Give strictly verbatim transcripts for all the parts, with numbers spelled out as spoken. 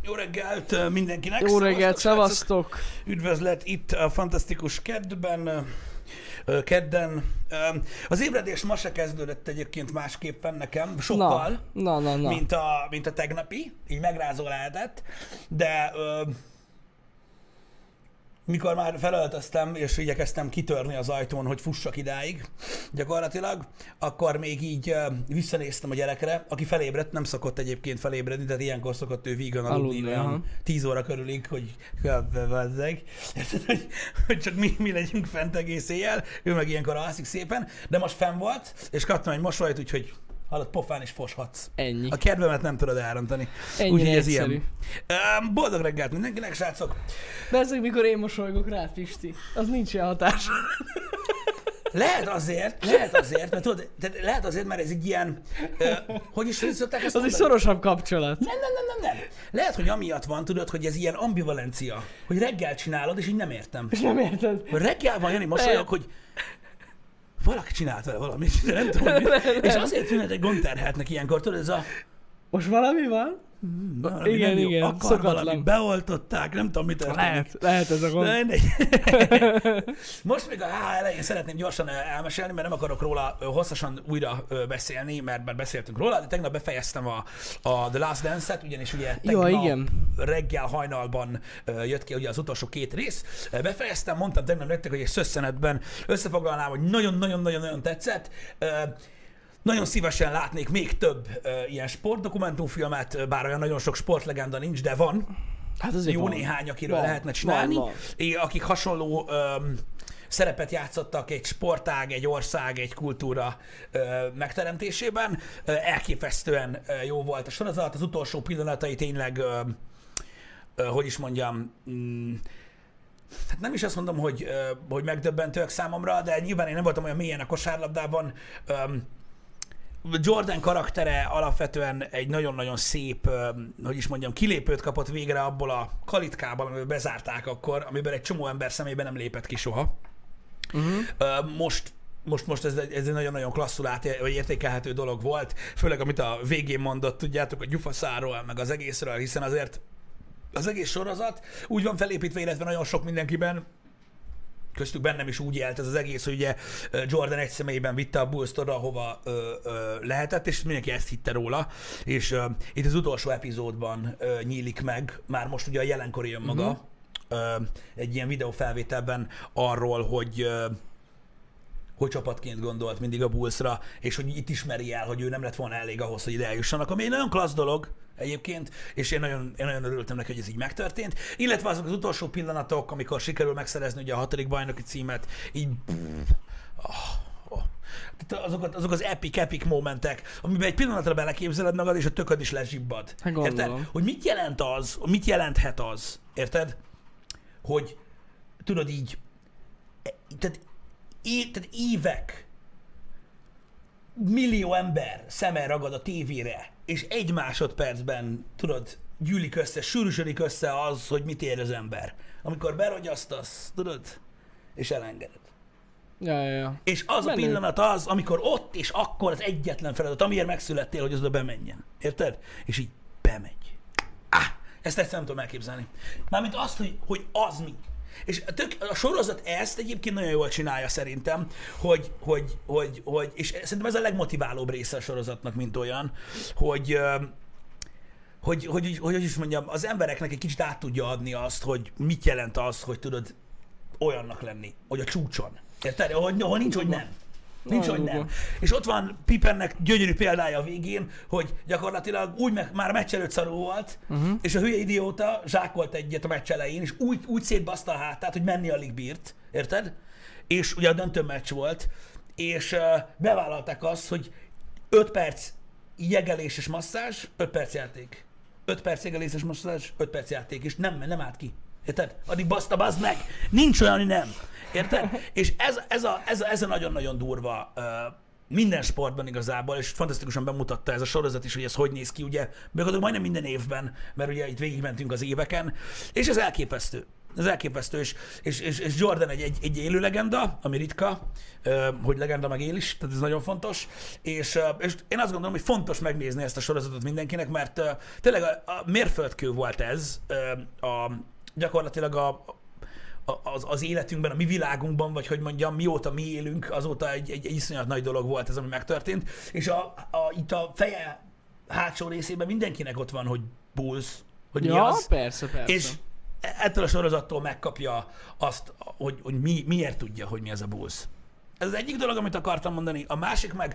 Jó reggelt mindenkinek! Jó reggelt, szevasztok! szevasztok! Üdvözlet itt a fantasztikus keddben, kedden. Az ébredés ma se kezdődött egyébként másképpen nekem, sokkal, na, na, na, na. Mint, a, mint a tegnapi, így megrázó lehetett, de mikor már felöltöztem, és igyekeztem kitörni az ajtón, hogy fussak idáig, gyakorlatilag, akkor még így uh, visszanéztem a gyerekre, aki felébredt, nem szokott egyébként felébredni, tehát ilyenkor szokott ő vígan aludni, olyan tíz óra körülig, hogy hogy, hogy csak mi, mi legyünk fent egész éjjel, ő meg ilyenkor alszik szépen, de most fenn volt, és kaptam egy mosolyt, úgyhogy hallott, pofán is foshatsz. Ennyi. A kedvemet nem tudod elrontani. Úgyhogy ez ilyen. Boldog reggelt mindenkinek, srácok! De ezek mikor én mosolygok rád, Pisti, az nincs ilyen hatás. Lehet azért, lehet azért, mert tudod, tehát lehet azért, mert ez egy ilyen, uh, hogy is hogy szokták ezt Az egy szorosabb kapcsolat. Nem, nem, nem, nem, nem. Lehet, hogy amiatt van, tudod, hogy ez ilyen ambivalencia, hogy reggel csinálod, és így nem értem. És nem érted? Hogy reggel van, Jani, mosolyog, hogy valaki csinált vele valamit, de nem tudom, hogy és azért tűnhet egy gondterheltnek ilyenkor, tudod, ez a... Most valami van? Valami igen, nem jó. igen, Akar szokatlan. valami, beoltották, nem tudom, mit történik. Lehet, lehet ez a gond. Most még a há há elején szeretném gyorsan elmesélni, mert nem akarok róla hosszasan újra beszélni, mert már beszéltünk róla, de tegnap befejeztem a, a The Last Dance-et, ugyanis ugye tegnap Jó, igen. reggel hajnalban jött ki ugye az utolsó két rész. Befejeztem, mondtam tegnap nektek, hogy egy szösszenetben összefoglalnám, hogy nagyon-nagyon-nagyon-nagyon tetszett. Nagyon szívesen látnék még több uh, ilyen sportdokumentumfilmet, bár olyan nagyon sok sportlegenda nincs, de van. Hát azért jó van. néhány, akiről van. lehetne csinálni. Van, van. Akik hasonló um, szerepet játszottak egy sportág, egy ország, egy kultúra uh, megteremtésében. Uh, elképesztően uh, jó volt a sorozat. Az utolsó pillanatai tényleg, uh, uh, hogy is mondjam, um, hát nem is azt mondom, hogy, uh, hogy megdöbbentőek számomra, de nyilván én nem voltam olyan mélyen a kosárlabdában. Um, Jordan karaktere alapvetően egy nagyon-nagyon szép, hogy is mondjam, kilépőt kapott végre abból a kalitkából, amiben bezárták akkor, amiben egy csomó ember szemében nem lépett ki soha. Uh-huh. Most, most, most ez, ez egy nagyon-nagyon klasszul át, vagy értékelhető dolog volt, főleg amit a végén mondott, tudjátok, a gyufaszáról, meg az egészről, hiszen azért az egész sorozat úgy van felépítve, illetve nagyon sok mindenkiben, köztük bennem is úgy élt ez az egész, hogy ugye Jordan egy személyben vitte a Bulls-t oda, ahova ö, ö, lehetett, és mindenki ezt hitte róla, és ö, itt az utolsó epizódban ö, nyílik meg, már most ugye a jelenkori jön maga, uh-huh. ö, egy ilyen videófelvételben arról, hogy ö, hogy csapatként gondolt mindig a Bullsra, és hogy itt ismeri el, hogy ő nem lett volna elég ahhoz, hogy ide eljussanak, ami egy nagyon klassz dolog egyébként, és én nagyon, én nagyon örültem neki, hogy ez így megtörtént. Illetve azok az utolsó pillanatok, amikor sikerül megszerezni ugye a hatodik bajnoki címet, így oh, oh. Azok, azok az epic, epic momentek, amiben egy pillanatra beleképzeled magad, és a tököd is lezsibbad. Érted? Hogy mit jelent az, mit jelenthet az, érted? Hogy tudod így, tehát É, tehát évek, millió ember szeme ragad a tévére, és egy másodpercben, tudod, gyűlik össze, sűrűsödik össze az, hogy mit ér az ember. Amikor berogyasztasz, tudod, és elengeded. Ja, ja, ja. És az Menő. A pillanat az, amikor ott és akkor az egyetlen feladat, amiért megszülettél, hogy az oda bemenjen. Érted? És így bemegy. Ah, ezt egyszerűen nem tudom elképzelni. Mármint azt, hogy, hogy az mi. És tök, a sorozat ezt egyébként nagyon jól csinálja szerintem, hogy, hogy, hogy, hogy, és szerintem ez a legmotiválóbb része a sorozatnak, mint olyan, hogy, hogy, hogy, hogy, hogy is mondjam, az embereknek egy kicsit át tudja adni azt, hogy mit jelent az, hogy tudod olyannak lenni, hogy a csúcson. Érted? Ahol, ahol nincs, hogy nem. Nincs, hogy nem. És ott van Pippennek gyönyörű példája a végén, hogy gyakorlatilag úgy me- már a meccs előtt szarul volt, uh-huh. és a hülye idióta zsákolt egyet a meccs elején, és úgy, úgy szétbaszta a hátát, hogy menni alig bírt, érted? És ugye a döntő meccs volt, és uh, bevállalták azt, hogy öt perc jegelés és masszázs, öt perc játék. öt perc jegelés és masszázs, öt perc játék, és nem, nem állt ki. Érted? Addig baszta, baszd meg! Nincs olyan, hogy nem. Érted? És ez, ez, a, ez, a, ez a nagyon-nagyon durva uh, minden sportban igazából, és fantasztikusan bemutatta ez a sorozat is, hogy ez hogy néz ki, ugye, meg majdnem minden évben, mert ugye itt végigmentünk az éveken, és ez elképesztő. Ez elképesztő, és, és, és, és Jordan egy, egy, egy élő legenda, ami ritka, hogy legenda meg él is, tehát ez nagyon fontos, és, és én azt gondolom, hogy fontos megnézni ezt a sorozatot mindenkinek, mert tényleg a, a mérföldkő volt ez a, gyakorlatilag a, az, az életünkben, a mi világunkban, vagy hogy mondjam, mióta mi élünk, azóta egy, egy, egy iszonyat nagy dolog volt ez, ami megtörtént, és a, a, itt a feje hátsó részében mindenkinek ott van, hogy Bulls, hogy ja, mi az. persze, persze. És ettől a sorozattól megkapja azt, hogy, hogy mi, miért tudja, hogy mi ez a Bulls. Ez az egyik dolog, amit akartam mondani. A másik meg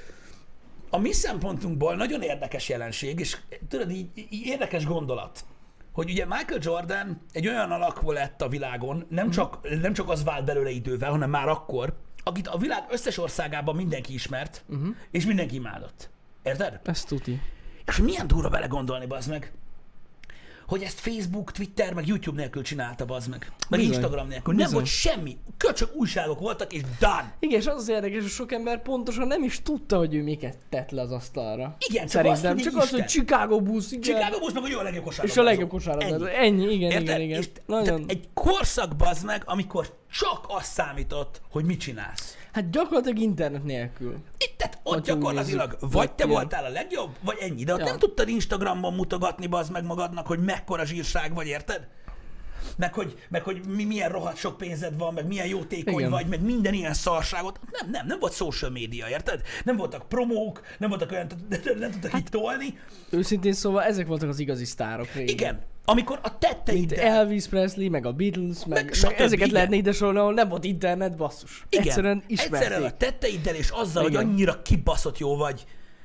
a mi szempontunkból nagyon érdekes jelenség, és tudod, így, így érdekes gondolat, hogy ugye Michael Jordan egy olyan alak lett a világon, nem csak, uh-huh. nem csak az vált belőle idővel, hanem már akkor, akit a világ összes országában mindenki ismert, uh-huh. és mindenki imádott. Érted? Ezt tuti. És milyen durva vele gondolni, bazd meg, hogy ezt Facebook, Twitter, meg YouTube nélkül csinálta, bazd meg. Meg Bizony. Instagram nélkül. Nem Bizony. volt semmi. Köcsög újságok voltak, és done. Igen, és az az érdekes, hogy sok ember pontosan nem is tudta, hogy ő miket tett le az asztalra. Igen, csak Szerintem. azt, Csak hogy az, hogy Chicago Bulls, igen. Chicago Bulls meg a jó a legjobb kosárlabdázó. És a legjobb kosárlabdázó. Ennyi. Ennyi, igen, Érted? igen, igen. És Nagyon. egy korszak, bazd meg, amikor csak azt számított, hogy mit csinálsz. Hát gyakorlatilag internet nélkül. Itt, tehát ott Hogyha úgy gyakorlatilag nézzük. vagy te Igen. voltál a legjobb, vagy ennyi. De ott Ja. nem tudtad Instagramon mutogatni, bazd meg magadnak, hogy mekkora zsírság vagy, érted? Meg hogy, meg hogy mi, milyen rohadt sok pénzed van, meg milyen jótékony Igen. vagy, meg minden ilyen szarságot. Nem, nem, nem volt social media, érted? Nem voltak promók, nem voltak olyan, nem, nem tudtak Hát, itt tolni. Őszintén szóval ezek voltak az igazi sztárok régen. Igen, amikor a Mint tetteiddel... Elvis Presley, meg a Beatles, meg, meg, stb. meg ezeket Igen. lehetne ide sorolni, ahol nem volt internet, basszus. Igen, Egyszerűen ismerték. egyszerűen a tetteiddel és azzal, Igen. hogy annyira kibaszott jó vagy,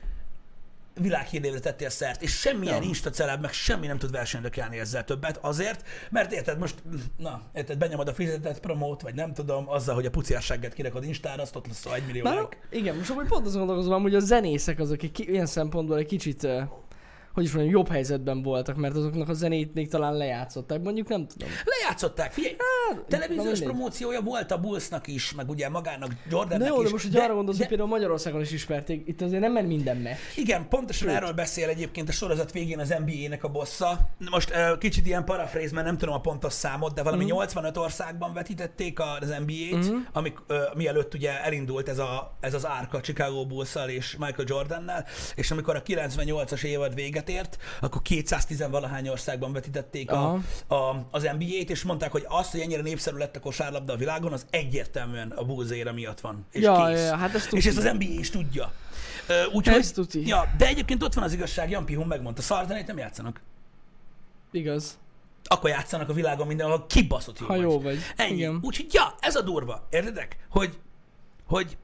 világhírnévre tettél szert, és semmilyen Ja. Insta celeb, meg semmi nem tud versenyre kelni ezzel többet, azért, mert érted, most, na, érted, benyomod a fizetett promót, vagy nem tudom, azzal, hogy a puciásságát kirakod Instára, azt ott lesz egy millió Már, like. igen, most akkor pont azon gondolkozom, hogy a zenészek azok, akik ki- ilyen szempontból egy kicsit, uh, hogy is mondjam, jobb helyzetben voltak, mert azoknak a zenét még talán lejátszották, mondjuk nem tudom. Lejátszották, figyelj, na televíziós mindegy. promóciója volt a Bullsnak is, meg ugye magának, Jordannek De jó, is. de most, hogy arra gondolsz, hogy például Magyarországon is ismerték, itt azért nem ment minden meccs. Igen, pontosan Sőt. erről beszél egyébként a sorozat végén az en bé á-nek a bossa. Most uh, kicsit ilyen paraphrase, mert nem tudom a pontos számot, de valami Mhm. nyolcvanöt országban vetítették a- az en bé á-t, Mhm. amik, uh, mielőtt ugye elindult ez, a, ez az árka Chicago Bulls-szal és Michael Jordannel, és amikor a kilencvennyolcas évad véget ért, akkor kétszáztíz valahány országban vetítették a, a, az en bé á-t, és mondták, hogy az, hogy ennyire népszerű lett a kosárlabda a világon, az egyértelműen a Bulls éra miatt van. És Ja, kész. ja, hát ezt és tuti. ezt az en bé á is tudja. Ö, Úgyhogy, Ezt tuti. ja, de egyébként ott van az igazság, Jan Pihun megmondta, szarzenét nem játszanak. Igaz. Akkor játszanak a világon minden, ahol kibaszott jó Ha vagy. jó vagy. Ennyi. Igen. Úgyhogy ja, ez a durva. Értedek? Hogy, hogy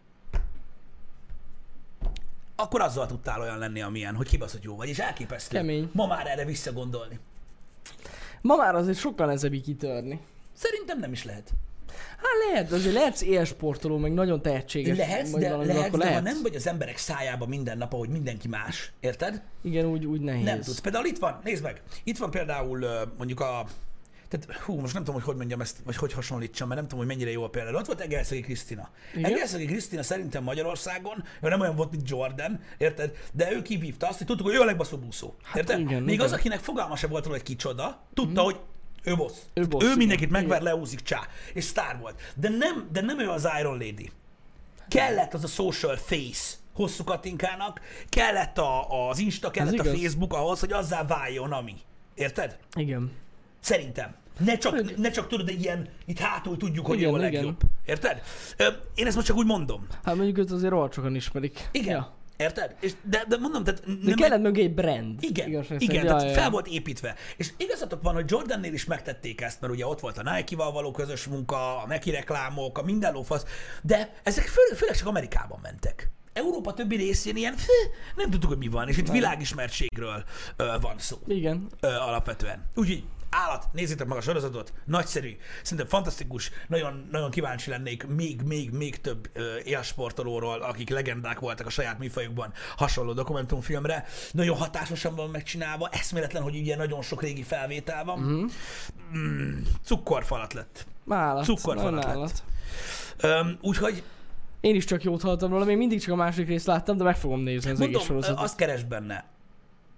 akkor azzal tudtál olyan lenni, amilyen, hogy kibaszott jó vagy, és elképesztő. Kemény. Ma már erre visszagondolni. Ma már azért sokkal nehezebb így kitörni. Szerintem nem is lehet. Hát lehet, azért lehetsz élsportoló, meg nagyon tehetséges. Lehetsz, vagy de, valami, lehetsz, akkor de ha lehetsz. nem vagy az emberek szájába minden nap, ahogy mindenki más, érted? Igen, úgy, úgy nehéz. Nem tudsz. Például itt van, nézd meg, itt van például ö, mondjuk a, tehát hú, most nem tudom, hogy hogy mondjam ezt, vagy hogy hasonlítsam, mert nem tudom, hogy mennyire jó a példa. Ott volt Egerszegi Krisztina. Igen? Egerszegi Krisztina szerintem Magyarországon, ő nem olyan volt, mint Jordan, érted? De ő kivívta azt, hogy tudtuk, hogy ő a legbaszóbb úszó. Érted? igen, Még igen. az, akinek fogalma sem volt róla, hogy kicsoda, tudta, hogy ő boss. Ő boss, ő igen. mindenkit megver, Igen. leúzik, csá. És sztár volt. De nem, de nem ő az Iron Lady. Kellett az a social face hosszú Katinkának, kellett a, az Insta, kellett a igaz. Facebook ahhoz, hogy azzá váljon, ami. Érted? Igen. Szerintem. Ne csak, ne csak tudod, egy ilyen, itt hátul tudjuk, hogy Igen, ő a igen. legjobb. Érted? Ö, Én ezt most csak úgy mondom. Hát mondjuk őt azért rohadt sokan ismerik. Igen. Ja. Érted? És de, de mondom, tehát De nem kellett mögé egy brand. igen, igazság igen, szerint. tehát Ja, ja, fel ja. volt építve. És igazatok van, hogy Jordannél is megtették ezt, mert ugye ott volt a Nike-val való közös munka, a Nike reklámok, a minden lófasz, de ezek fő, főleg csak Amerikában mentek. Európa többi részén ilyen, fő, nem tudtuk, hogy mi van, és itt világismertségről ö, van szó Igen. ö, alapvetően. Úgyhogy állat, nézzétek meg a sorozatot, nagyszerű, szerintem fantasztikus, nagyon, nagyon kíváncsi lennék még, még, még több ö, élsportolóról, akik legendák voltak a saját műfajukban, hasonló dokumentumfilmre. Nagyon hatásosan van megcsinálva, eszméletlen, hogy ugye nagyon sok régi felvétel van. Mm-hmm. Mm, cukkorfalat lett. Állat. Cukkorfalat nagyon lett. állat. Öm, úgyhogy Én is csak jót hallottam róla, még mindig csak a második részt láttam, de meg fogom nézni az egész mondom, ö, sorozatot. azt keresd benne, a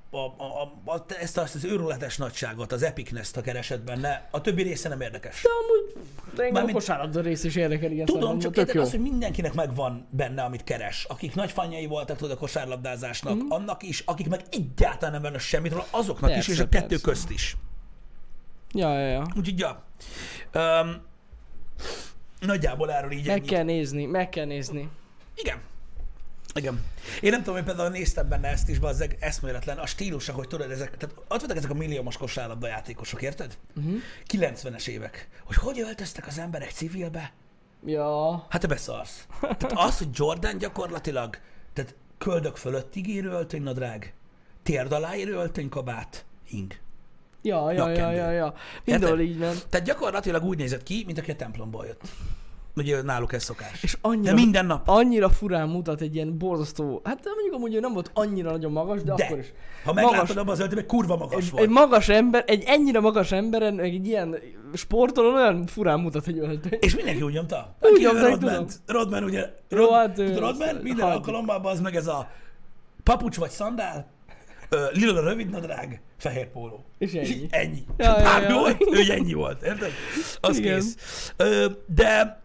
a, a, a, a, ezt az, az őrületes nagyságot, az epicness-t, ha keresed benne, a többi része nem érdekes. De amúgy engem a Mármint- kosárlabda rész is érdekel ilyen Tudom, szempontból, csak tök érted jó. az, hogy mindenkinek megvan benne, amit keres. Akik nagy fanjai voltak tudod a kosárlabdázásnak, mm. annak is, akik meg egyáltalán nem vannak semmit róla, azoknak Persze, is, és a kettő persze. közt is. Ja, ja, ja. Úgyhogy, ja. Um, nagyjából erről így Meg ennyit. kell nézni, meg kell nézni. Igen. Igen. Én nem tudom, hogy például néztem benne ezt is, bazzeg, eszméletlen. A stílusa, hogy tudod, ezek, tehát ott voltak ezek a milliómos kosárlabda játékosok, érted? Uh-huh. kilencvenes évek. Hogy hogy öltöztek az emberek civilbe? Ja. Hát te beszarsz. Tehát az, hogy Jordan gyakorlatilag, tehát köldök fölöttig érő öltönynadrág, térd alá érő öltönykabát, ing. Ja, ja, ja, Nyakkendő. ja, ja. Mindenhol így ment. Tehát gyakorlatilag úgy nézett ki, mint aki a templomból jött. Ugye náluk ez szokás. És annyira, De minden nap. annyira furán mutat egy ilyen borzasztó, hát mondjuk amúgy ő nem volt annyira nagyon magas, de, De, akkor is. ha meglátod abban az öltönyben, kurva magas Egy, volt. egy magas ember, egy ennyire magas emberen, meg egy ilyen sportolón olyan furán mutat egy öltöny. És mindenki úgy nyomta. Úgy Aki nyomták, Rodman, tudom. Rodman ugye, Rod, Rohadt, ő- Rodman minden hagyj. alkalommal az meg ez a papucs vagy szandál, ö, lila rövid nadrág, fehér póló. És ennyi. így ennyi. Ja, ja, Bármi ja. volt, ő ennyi volt, érted? Az Igen. kész. Ö, de,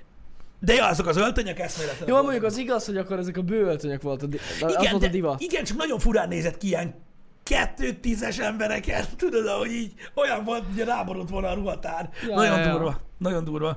de ja, azok az öltönyök eszméletlenek Jó, voltak. mondjuk az igaz, hogy akkor ezek a bőöltönyök volt, a di- az igen, volt a de- divat. Igen, csak nagyon furán nézett ki ilyen kettő tízes embereken, tudod, ahogy így olyan volt, hogy ráborult volna a ruhatár. Ja, nagyon ja, ja. durva, nagyon durva.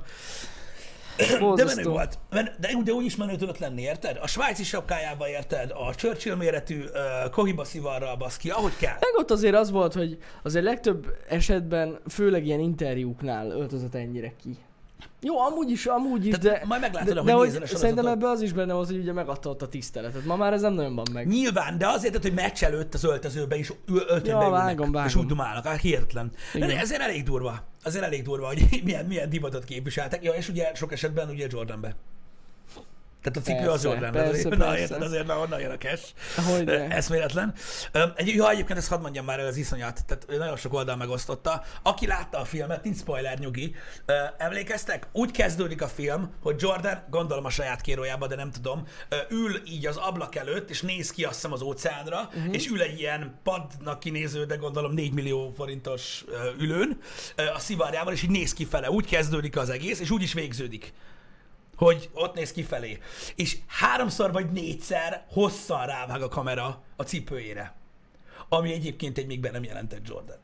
De menő Borzasztó. volt. Men- De, de úgy is menő tudott lenni, érted? A svájci sapkájával, érted? A Churchill méretű uh, Cohiba szivarral, baszki, ahogy kell. Meg ott azért az volt, hogy azért legtöbb esetben, főleg ilyen interjúknál öltözött ennyire ki. Jó, amúgy is, amúgy is, Tehát de, majd meglátod, de, ahogy de hogy nézel a szerintem sorozatot. ebben az is benne volt, hogy ugye megadta ott a tiszteletet. Ma már ez nem nagyon van meg. Nyilván, de azért, tehát, hogy meccs előtt az öltözőbe is ül- öltönybe Ja, ülnek, vágom, vágom. és úgy dumálnak. Hát hihetetlen. Igen. De ezért elég durva. Azért elég durva, hogy milyen, milyen divatot képviseltek. Ja, és ugye sok esetben ugye Jordanbe. Tehát a cipő az Persze, Jordanbe. persze, Azért, na, persze. érted, azért na, onnan jön a cash. Hogyne. Eszméletlen. Öm, Egy, ja, egyébként ezt hadd mondjam már el, az iszonyat. Tehát ő nagyon sok oldal megosztotta. Aki látta a filmet, nincs spoiler, nyugi. Ö, Emlékeztek? Úgy kezdődik a film, hogy Jordan, gondolom a saját kérójába, de nem tudom, ö, ül így az ablak előtt, és néz ki azt hiszem az óceánra, uh-huh. és ül egy ilyen padnak kinéző, de gondolom négy millió forintos ö, ülőn ö, a szivarjával, és így néz kifele. Úgy kezdődik az egész, és úgy is végződik, hogy ott néz kifelé. És háromszor vagy négyszer hosszan rávág a kamera a cipőjére. Ami egyébként egy még be nem jelentett Jordan.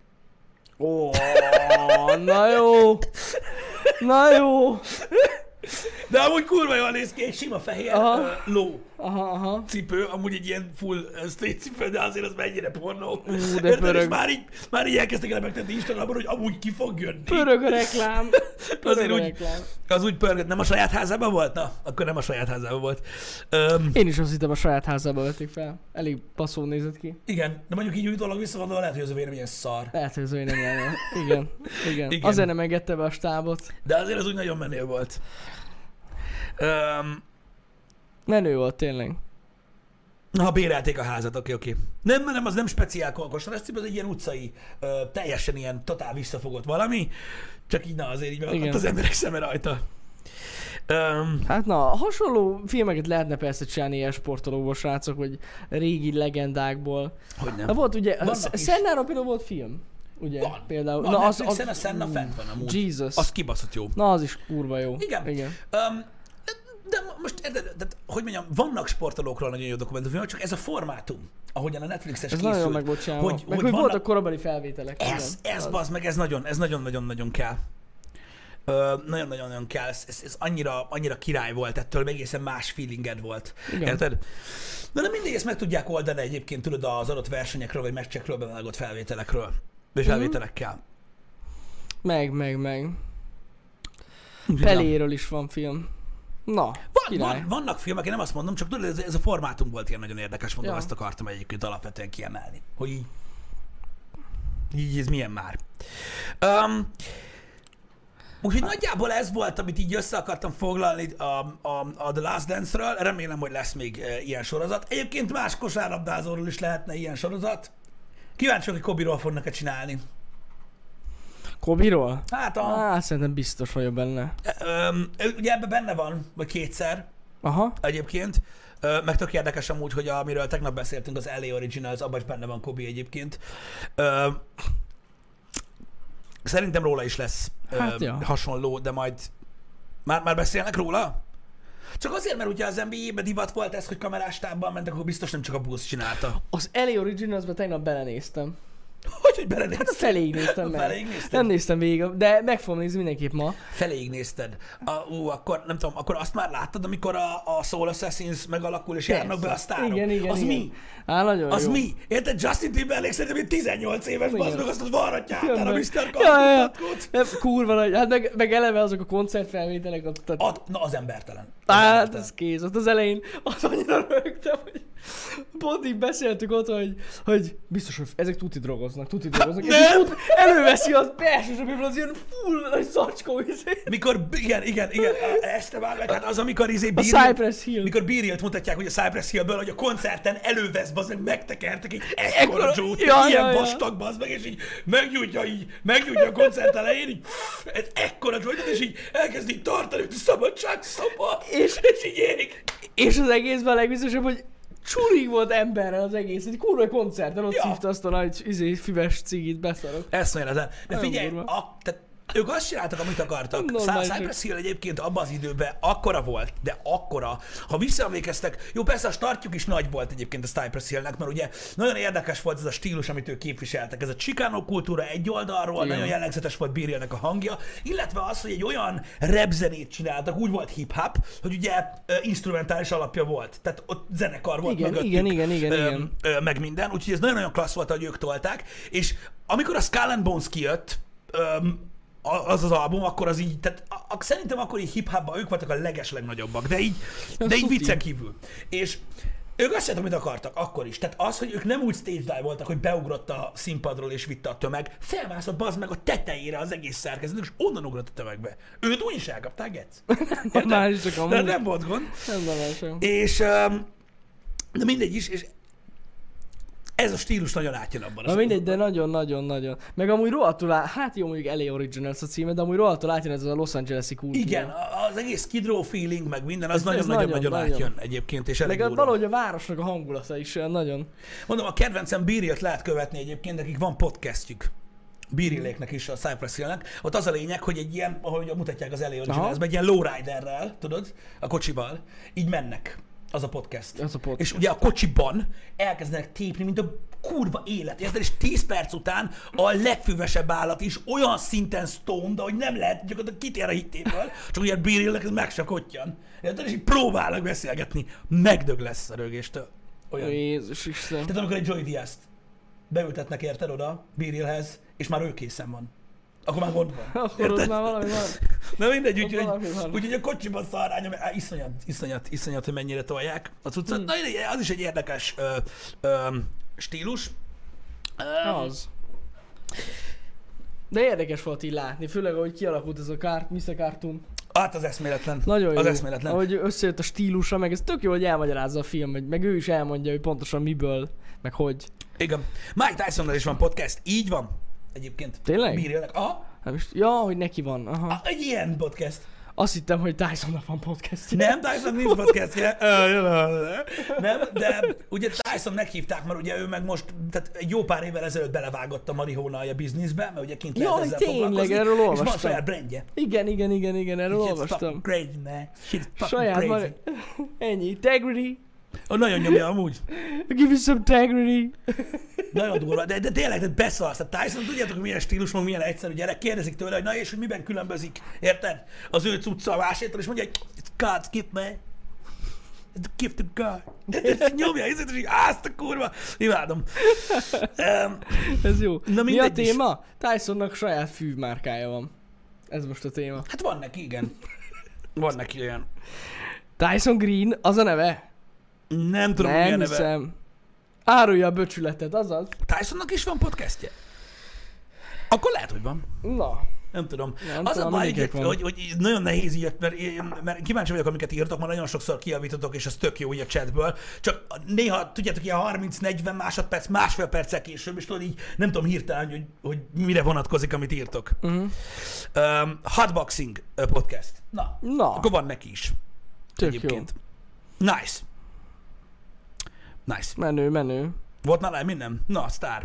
Ó, na jó. Na jó. De amúgy kurva jól néz ki, egy sima fehér Aha. uh, ló Aha, aha. cipő, amúgy egy ilyen full uh, straight cipő, de azért az mennyire pornó. de Érted? És pörög. már így, már így elkezdtek el megtenni Instagramon, hogy amúgy ki fog jönni. Pörög a reklám. Pörög Azért a úgy, reklám. az úgy pörgött. Nem a saját házában volt? Na, akkor nem a saját házában volt. Um, Én is azt hittem, a saját házába vették fel. Elég passzó nézett ki. igen, de mondjuk így utólag visszagondolva, lehet, hogy az a véleményen szar. Lehet, hogy ez olyan nem járna. Igen, igen. Igen. Azért nem engedte be a stábot. De azért az úgy nagyon menő volt. Um, Menő volt tényleg. ha bérelték a házat, oké, oké. Nem, nem, az nem speciál kolkos, ez egy ilyen utcai, ö, teljesen ilyen totál visszafogott valami, csak így na azért így megakadt Igen. az emberek szeme rajta. Um, Hát na, hasonló filmeket lehetne persze csinálni ilyen sportolóból, srácok, vagy régi legendákból. hogy nem. Na volt ugye, a Vannak is. Sennáról például volt film. Ugye? Van. Például. Van, Na, az, Netflixen az, a Senna fent van amúgy. Jesus. Az kibaszott jó. Na, az is kurva jó. Igen. Igen. Um, de most, de, de, de, hogy mondjam, vannak sportolókról nagyon jó dokumentumfilmek, csak ez a formátum, ahogyan a Netflixes Ez készült. nagyon meg volt csinálva. Hogy, Meg hogy hogy vannak, voltak korabeli felvételek. Ez, igen. ez Az- bazd meg, ez nagyon, ez nagyon-nagyon-nagyon kell. Ö, nagyon-nagyon-nagyon kell, ez, ez, ez annyira, annyira király volt, ettől még egészen más feelinged volt. Igen. Érted? De nem mindig ezt meg tudják oldani egyébként, tudod, az adott versenyekről, vagy meccsekről bevágott felvételekről. Vagy Mhm. felvételekkel. Meg, meg, meg. Úgyhogy Peléről is van film. Na, Van, király. van, vannak filmek, én nem azt mondom, csak tudod, ez, ez a formátum volt ilyen nagyon érdekes, mondom, Ja. ezt akartam egyébként alapvetően kiemelni. Hogy így, így ez milyen már. Um, úgyhogy nagyjából ez volt, amit így össze akartam foglalni a, a, a The Last Dance-ről. Remélem, hogy lesz még e, ilyen sorozat. Egyébként más kosárlabdázóról is lehetne ilyen sorozat. Kíváncsi, hogy Kobiról fognak-e csinálni. Kobiról? Hát a, Á, szerintem biztos vagyok benne. um, ugye ebben benne van, vagy kétszer Aha. egyébként. Ö, meg tök érdekes amúgy, hogy amiről tegnap beszéltünk, az el á Originals, abban is benne van Kobe egyébként. Ö, szerintem róla is lesz Hát, ö, ja. hasonló, de majd már, már beszélnek róla? Csak azért, mert ugye az en bé á-ben divat volt ez, hogy kamerástábban mentek, akkor biztos nem csak a Bulls csinálta. Az el á Originals-ben tegnap belenéztem. Hogy, hogy belenéztél? Hát a feléig néztem meg. Feléig nézted? Nem néztem végig, de meg fogom nézni mindenképp ma. Feléig nézted. A, ú, akkor nem tudom, akkor azt már láttad, amikor a, a Soul Assassins megalakul és Persze. járnak be a sztárok? Igen, igen, Az igen. mi? Á, nagyon Az jó. mi? Érted? Justin Timberlake szerintem egy tizennyolc éves, Igen. bazd meg azt, hogy varratja hátán a Jön miszter meg. Ja, ja, ja. Katkót. Nem, kurva nagy. Hát meg, meg eleve azok a koncertfelvételek ott. Tehát... Ad, na az embertelen. Az Hát, embertelen. ez kész. Ott az elején az annyira rögtem, hogy pont így beszéltük ott, hogy, hogy biztos, hogy ezek tuti drogoznak, tuti drogoznak. És nem! így előveszi az belső zsebéből az ilyen full nagy zacskó izé. Mikor, igen, igen, igen, este már meg, hát az, amikor izé A Beery- Cypress Hill. mikor Beery-t mutatják, hogy a Cypress Hillből, hogy a koncerten elővesz, bazd meg, megtekertek egy ekkora Joe-t, Ja, ilyen ja, ja. vastag, bazd meg, és így megnyújtja így, megnyújtja a koncert elején, így ez ekkora Joe-t, és így elkezd így tartani, hogy szabadság szabad, És- és így ég. És az egészben a legbiztosabb, hogy csurig volt emberrel az egész. Egy kurva koncerten ott Ja. szívta azt a nagy izé, füves cigit, beszarok. Eszméletlen. De Nagyon figyelj, durva. a, tehát ők azt csináltak, amit akartak. Normális. Cypress Hill egyébként abban az időben akkora volt, de akkora. Ha visszaemlékeztek, jó, persze a startjuk is nagy volt egyébként a Cypress Hillnek, mert ugye nagyon érdekes volt ez a stílus, amit ők képviseltek. Ez a Chicano kultúra egy oldalról, Igen. nagyon jellegzetes volt Beery-nek a hangja, illetve az, hogy egy olyan rap zenét csináltak, úgy volt hip-hop, hogy ugye ö, instrumentális alapja volt. Tehát ott zenekar volt Igen, mögöttük. igen, igen, igen, ö, igen. ö, meg minden, úgyhogy ez nagyon-nagyon klassz volt, hogy ők tolták, és amikor a Skull and Bones kijött, öm, a- az az album, akkor az így, tehát a, a, szerintem akkor így hip-hopban ők voltak a leges legnagyobbak, de így, de így szuti. viccen kívül. És ők azt csináltak, amit akartak, akkor is. Tehát az, hogy ők nem úgy stage dive voltak, hogy beugrott a színpadról és vitte a tömeg, felmászott bazd meg a tetejére az egész szerkezetnek, és onnan ugrott a tömegbe. Őt úgy is elkapták, Gec. Normális, csak De amúgy. nem volt gond. Nem normális. És, öm, de mindegy is, és ez a stílus nagyon átjön abban. Na az mindegy, de nagyon-nagyon-nagyon. Meg amúgy rohadtul át, hát jó, mondjuk el á Originals a címe, de amúgy rohadtul átjön ez a Los Angeles-i kultúra. Igen, a- az egész Kid Row feeling, meg minden, az Ez- ez nagyon-nagyon-nagyon nagyon, átjön egyébként, és elég Meg a- durva. valahogy a városnak a hangulata is olyan nagyon. Mondom, a kedvencem Beery-t lehet követni egyébként, nekik van podcastjük. Beery-léknek is, a Cypress Hill-nek. Ott az a lényeg, hogy egy ilyen, ahogy mutatják az el á Originals-ben, egy ilyen lowriderrel, tudod, a kocsival, így mennek. Az a podcast. Az a podcast. És ugye a kocsiban elkezdenek tépni, mint a kurva élet, érted? És tíz perc után a legfüvesebb állat is olyan szinten stoned, hogy nem lehet gyakorlatilag kitér a hitéből, csak ugye Beery-nek ez meg se kottyan. Érted? És így próbálnak beszélgetni. Megdög lesz a rögéstől. Olyan. Jézus Isten. Tehát amikor egy Joey Diaz-t beültetnek, érted oda Beery-hez, és már ő készen van. Akkor már gond van. Akkor ott már valami van. Na mindegy, Ott úgyhogy valami van. úgy, a kocsiban szaránya, mert á, iszonyat, iszonyat, iszonyat, hogy mennyire tolják a cuccot. Hmm. Na, az is egy érdekes ö, ö, stílus. Ö, Az. De érdekes volt így látni, főleg ahogy kialakult ez a kárt, mister Cartoon. Hát az eszméletlen. Nagyon jó. Az eszméletlen. Ahogy összejött a stílusa, meg ez tök jó, hogy elmagyarázza a film, meg, meg ő is elmondja, hogy pontosan miből, meg hogy. Igen. Mike Tysonnal is van podcast. Így van. Egyébként. Tényleg? Beery-nek. Aha. Hát most, ja, hogy neki van. Aha. Ah, egy ilyen podcast. Azt hittem, hogy Tysonnak van podcast. Nem, Tyson nincs podcastje. Ö, Nem, de ugye Tyson meghívták, mert ugye ő meg most, tehát egy jó pár évvel ezelőtt belevágott a marihuana bizniszbe, mert ugye kint lehet Jaj, ezzel tényleg, foglalkozni, erről és van olvastam. saját brandje. Igen, igen, igen, igen, erről Shit's olvastam. fucking crazy, man. Shit's fucking Saját crazy. mar... Ennyi. Integrity. Oh, nagyon nyomja amúgy. Give me some integrity. Nagyon durva, de, de tényleg, de beszarsz. Tehát Tyson, tudjátok, hogy milyen stílus van, milyen egyszerű gyerek. Kérdezik tőle, hogy na és hogy miben különbözik, érted? Az ő cucca a másétől, és mondja, hogy it's God's gift, man. It's the gift of God. Nyomja, és így, azt a kurva. Imádom. Um, Ez jó. Na, Mi a mindegy is. téma? Tysonnak saját fűmárkája van. Ez most a téma. hát van neki, igen. Van neki olyan. Tyson Green, az a neve? Nem tudom, Nem milyen neve. hiszem. Árulja a böcsületet, azaz? Tysonnak is van podcastje? Akkor lehet, hogy van. Na. Nem tudom. Nem az tudom, a baj, mindenkinek hogy, van. hogy, hogy nagyon nehéz ilyet, mert, én- mert kíváncsi vagyok, amiket írtok, mert nagyon sokszor kijavítotok, és az tök jó így a chatből. Csak néha, tudjátok, ilyen harminc-negyven másodperc, másfél perccel később, és tudod így nem tudom hirtelen, hogy, hogy mire vonatkozik, amit írtok. Uh-huh. Um, Hotboxing uh, podcast. Na, Na, akkor van neki is. tök Egyébként. Nice. Nice. Menő, menő. Volt nála minden? Na, sztár.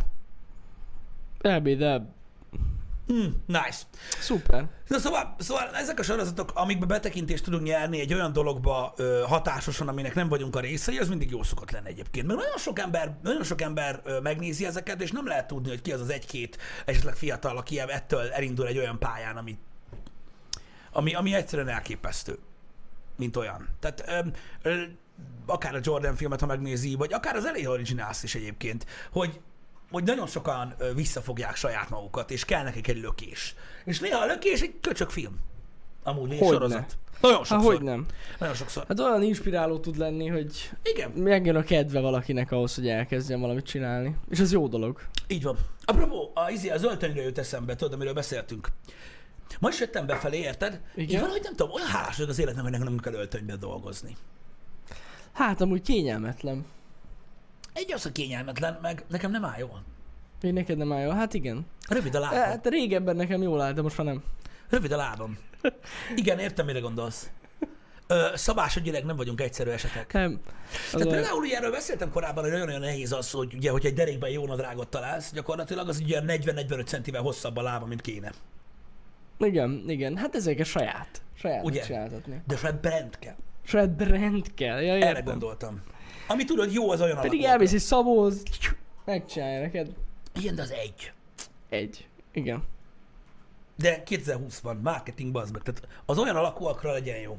Elbédebb. Mm, nice. Szuper. Na szóval, szóval ezek a sorozatok, amikbe betekintést tudunk nyerni egy olyan dologba ö, hatásosan, aminek nem vagyunk a részei, az mindig jó szokott lenni egyébként. Mert nagyon sok ember, nagyon sok ember ö, megnézi ezeket, és nem lehet tudni, hogy ki az az egy-két esetleg fiatal, aki ettől elindul egy olyan pályán, ami, ami, ami egyszerűen elképesztő, mint olyan. Tehát ö, ö, akár a Jordan filmet, ha megnézi, vagy akár az el á Originals is egyébként, hogy hogy nagyon sokan ö, visszafogják saját magukat, és kell nekik egy lökés. És néha a lökés egy köcsög film. Amúgy egy sorozat. Nagyon sokszor. Há, hogy nem. Nagyon sokszor. Hát olyan inspiráló tud lenni, hogy Igen. megjön a kedve valakinek ahhoz, hogy elkezdjen valamit csinálni. És ez jó dolog. Így van. Apropó, a, izé, az öltönyre jut eszembe, tudod, amiről beszéltünk. Ma is jöttem befelé, érted? Igen? Én valahogy nem tudom, olyan hálás vagyok az életnek, hogy nekem nem kell öltönybe dolgozni. Hát amúgy kényelmetlen. Egy az, hogy kényelmetlen, meg nekem nem áll jól. Én neked nem áll jól? Hát igen. Rövid a lábam. Hát régebben nekem jól áll, de most már nem. Rövid a lábam. Igen, értem, mire gondolsz. Ö, szabásügyileg nem vagyunk egyszerű esetek. Nem. Tehát például ugye erről beszéltem korábban, hogy nagyon-nagyon nehéz az, hogy ugye, hogyha egy derékben jó nadrágot találsz, gyakorlatilag az ugye negyven-negyvenöt centivel hosszabb a lába, mint kéne. Igen, igen. Hát ezeket saját. Saját Ugye? csináltatni. De saját brand kell. Saját brand kell. Ja, Erre értem. gondoltam. Ami tudod, jó az olyan Pedig alakú. elmész egy szabóz, megcsinálja neked. Igen, de az egy. Egy. Igen. De kétezer-húsz van, marketing bazd meg. Tehát az olyan alakúakra legyen jó.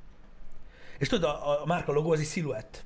És tudod, a, a márka logó az egy sziluett.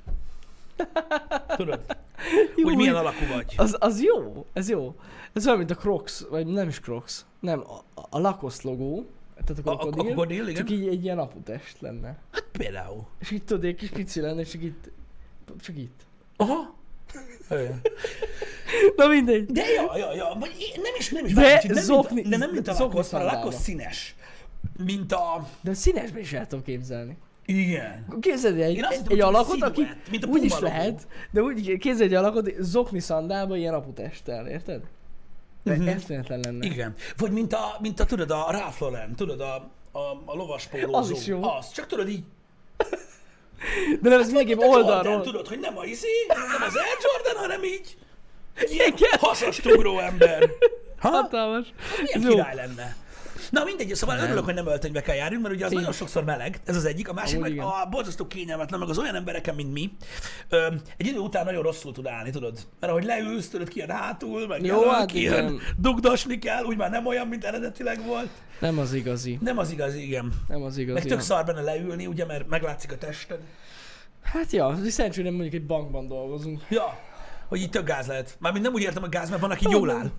Tudod? Jó, hogy milyen alakú vagy. Az, az jó, ez jó. Ez olyan, mint a Crocs, vagy nem is Crocs. Nem, a, a Lacoste logó. Tehát a A- a- a krokodil, krokodil, igen. csak így egy ilyen aputest lenne. Hát például. És így tudod, egy kis pici lenne, és csak itt. Csak itt. Aha. Igen. Na mindegy. De ja, ja, ja. Vagy én nem is, nem is De várj, kicsit, nem zokni- mint a, de nem mint a zokni Lacoste, mert a szandába. Lacoste színes. Mint a... De színesben is el tudom képzelni. Igen. Képzeld el egy, Én azt egy, hittem, egy hogy alakot, sziluett, aki mint a úgy is Puma logó. lehet, de úgy képzeld egy alakot, zokni szandálba ilyen aputesttel, érted? De Mhm. eszméletlen lenne. Igen. Vagy mint a, mint a tudod, a Ralph Lauren, tudod, a, a, a lovaspólózó. Az is jó. Az. Csak tudod így, De nem, ez mindenképp mint a Jordan, oldalról. tudod, hogy nem a izé, nem az Air Jordan, hanem így. Egy ilyen Igen. hasas ugró ember. Ha? Hatalmas. Milyen Jó. király lenne. Na mindegy, szóval Nem. örülök, hogy nem öltönybe kell járjunk, mert ugye az Én- nagyon sokszor meleg, ez az egyik, a másik Amúgy meg igen. a borzasztó kényelmetlen, meg az olyan embereken, mint mi, ö, egy idő után nagyon rosszul tud állni, tudod? Mert ahogy leülsz, tudod, kijön hátul, meg Jó, jelöl, hát kijön, igen. dugdosni kell, úgy már nem olyan, mint eredetileg volt. Nem az igazi. Nem az igazi, igen. Nem az Meg igazi. tök szar benne leülni, ugye, mert meglátszik a tested. Hát ja, szerencsére nem mondjuk egy bankban dolgozunk. Ja, hogy így tök gáz lehet. Mármint nem úgy értem, hogy gáz, mert van, aki jól áll.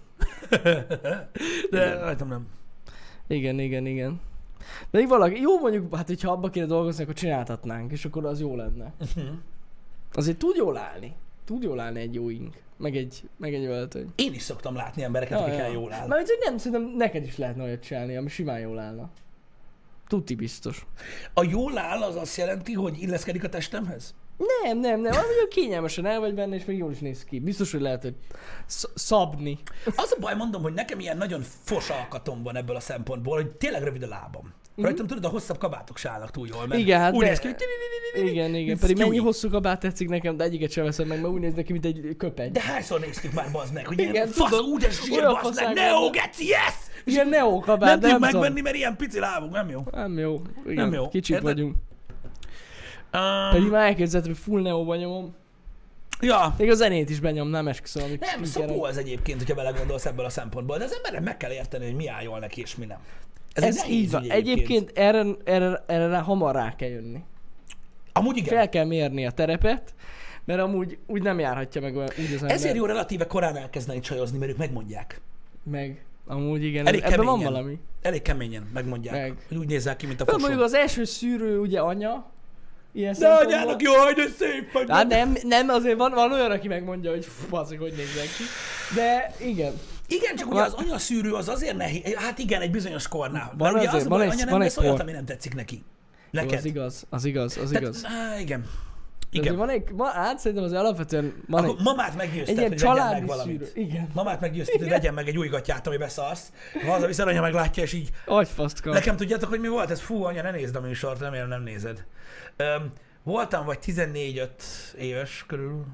De rajtam nem. Igen, igen, igen. De így valaki, jó mondjuk, hát hogyha abba kéne dolgozni, akkor csináltatnánk, és akkor az jó lenne. Uh-huh. Azért tud jól állni. Tud jól állni egy jó ing. Meg egy, meg egy öltöny. Én is szoktam látni embereket, akikkel jól áll. Mert hogy nem, szerintem neked is lehetne olyat csinálni, ami simán jól állna. Tuti biztos. A jól áll az azt jelenti, hogy illeszkedik a testemhez? Nem, nem, nem, valami olyan kényelmesen el vagy benne, és még jól is néz ki. Biztos, hogy lehet, hogy sz- szabni. Az a baj, mondom, hogy nekem ilyen nagyon fos alkatom van ebből a szempontból, hogy tényleg rövid a lábam. Rajtam tudod, a hosszabb kabátok se állnak túl jól, mert Igen, hát úgy de- néz ki, hogy Igen, igen. Ez Pedig mennyi Stewie. hosszú kabát tetszik nekem, de egyiket sem veszem meg, mert úgy néz neki, mint egy köpeny. de hányszor néztük már, bazd meg, hogy ilyen Igen, fasz, tudom. úgy ez zsír, Olyan bazd meg, faszág Neo, van. geci, yes! Ilyen neo kabát, Nem de tudjuk nem tudom. megvenni, mert ilyen pici lábunk, nem jó. Nem jó. Igen, Nem jó. Kicsik Érted? vagyunk. Um, Pedig már elképzelhető, hogy full neóba nyomom. ja, Még a zenét is benyomnám, esküszöm, amit nem, sneakeren. szopó ez egyébként, hogyha belegondolsz ebből a szempontból, de az embernek meg kell érteni, hogy mi áll jól neki és mi nem. egy Ez nehéz így van. ügy Egyébként erre, erre, erre rá hamar rá kell jönni. Amúgy igen. Fel kell mérni a terepet, mert amúgy úgy nem járhatja meg olyan, úgy az ember. Ezért jó relatíve korán elkezdeni csajozni, mert ők megmondják. Meg. Amúgy igen, Elég ebben van keményen. valami. Elég keményen megmondják, Meg. hogy úgy nézel ki, mint a Mondjuk fosó. az első szűrő ugye anya. Ilyen De szempontból. anyának jó, de szép vagy. Hát nem, nem, azért van, van olyan, aki megmondja, hogy fú, bazzik, hogy nézzen ki. De igen. Igen, csak ugye Van- az anyaszűrő az azért nehéz. Hát igen, egy bizonyos kornál. Van Mert ugye azért, az a van baj, egy- anya van nem egy lesz olyat, kor. ami nem tetszik neki. Jó, Neked. az igaz, az igaz, az Tehát, igaz. á, igen. Igen. Igen. Van egy, van, hát szerintem az alapvetően van Akkor egy, mamát egy meggyőzted, ilyen hogy vegyen meg családi valamit. szűrő. Igen. Mamát meggyőzted, hogy vegyen meg egy új gatyát, ami beszarsz. Ha hazaviszed, anya meglátja, és így. Agyfasztka. Nekem tudjátok, hogy mi volt? Ez fú, anya, ne nézd a műsort, remélem nem nézed. Öm, voltam vagy tizennégy öt éves körül,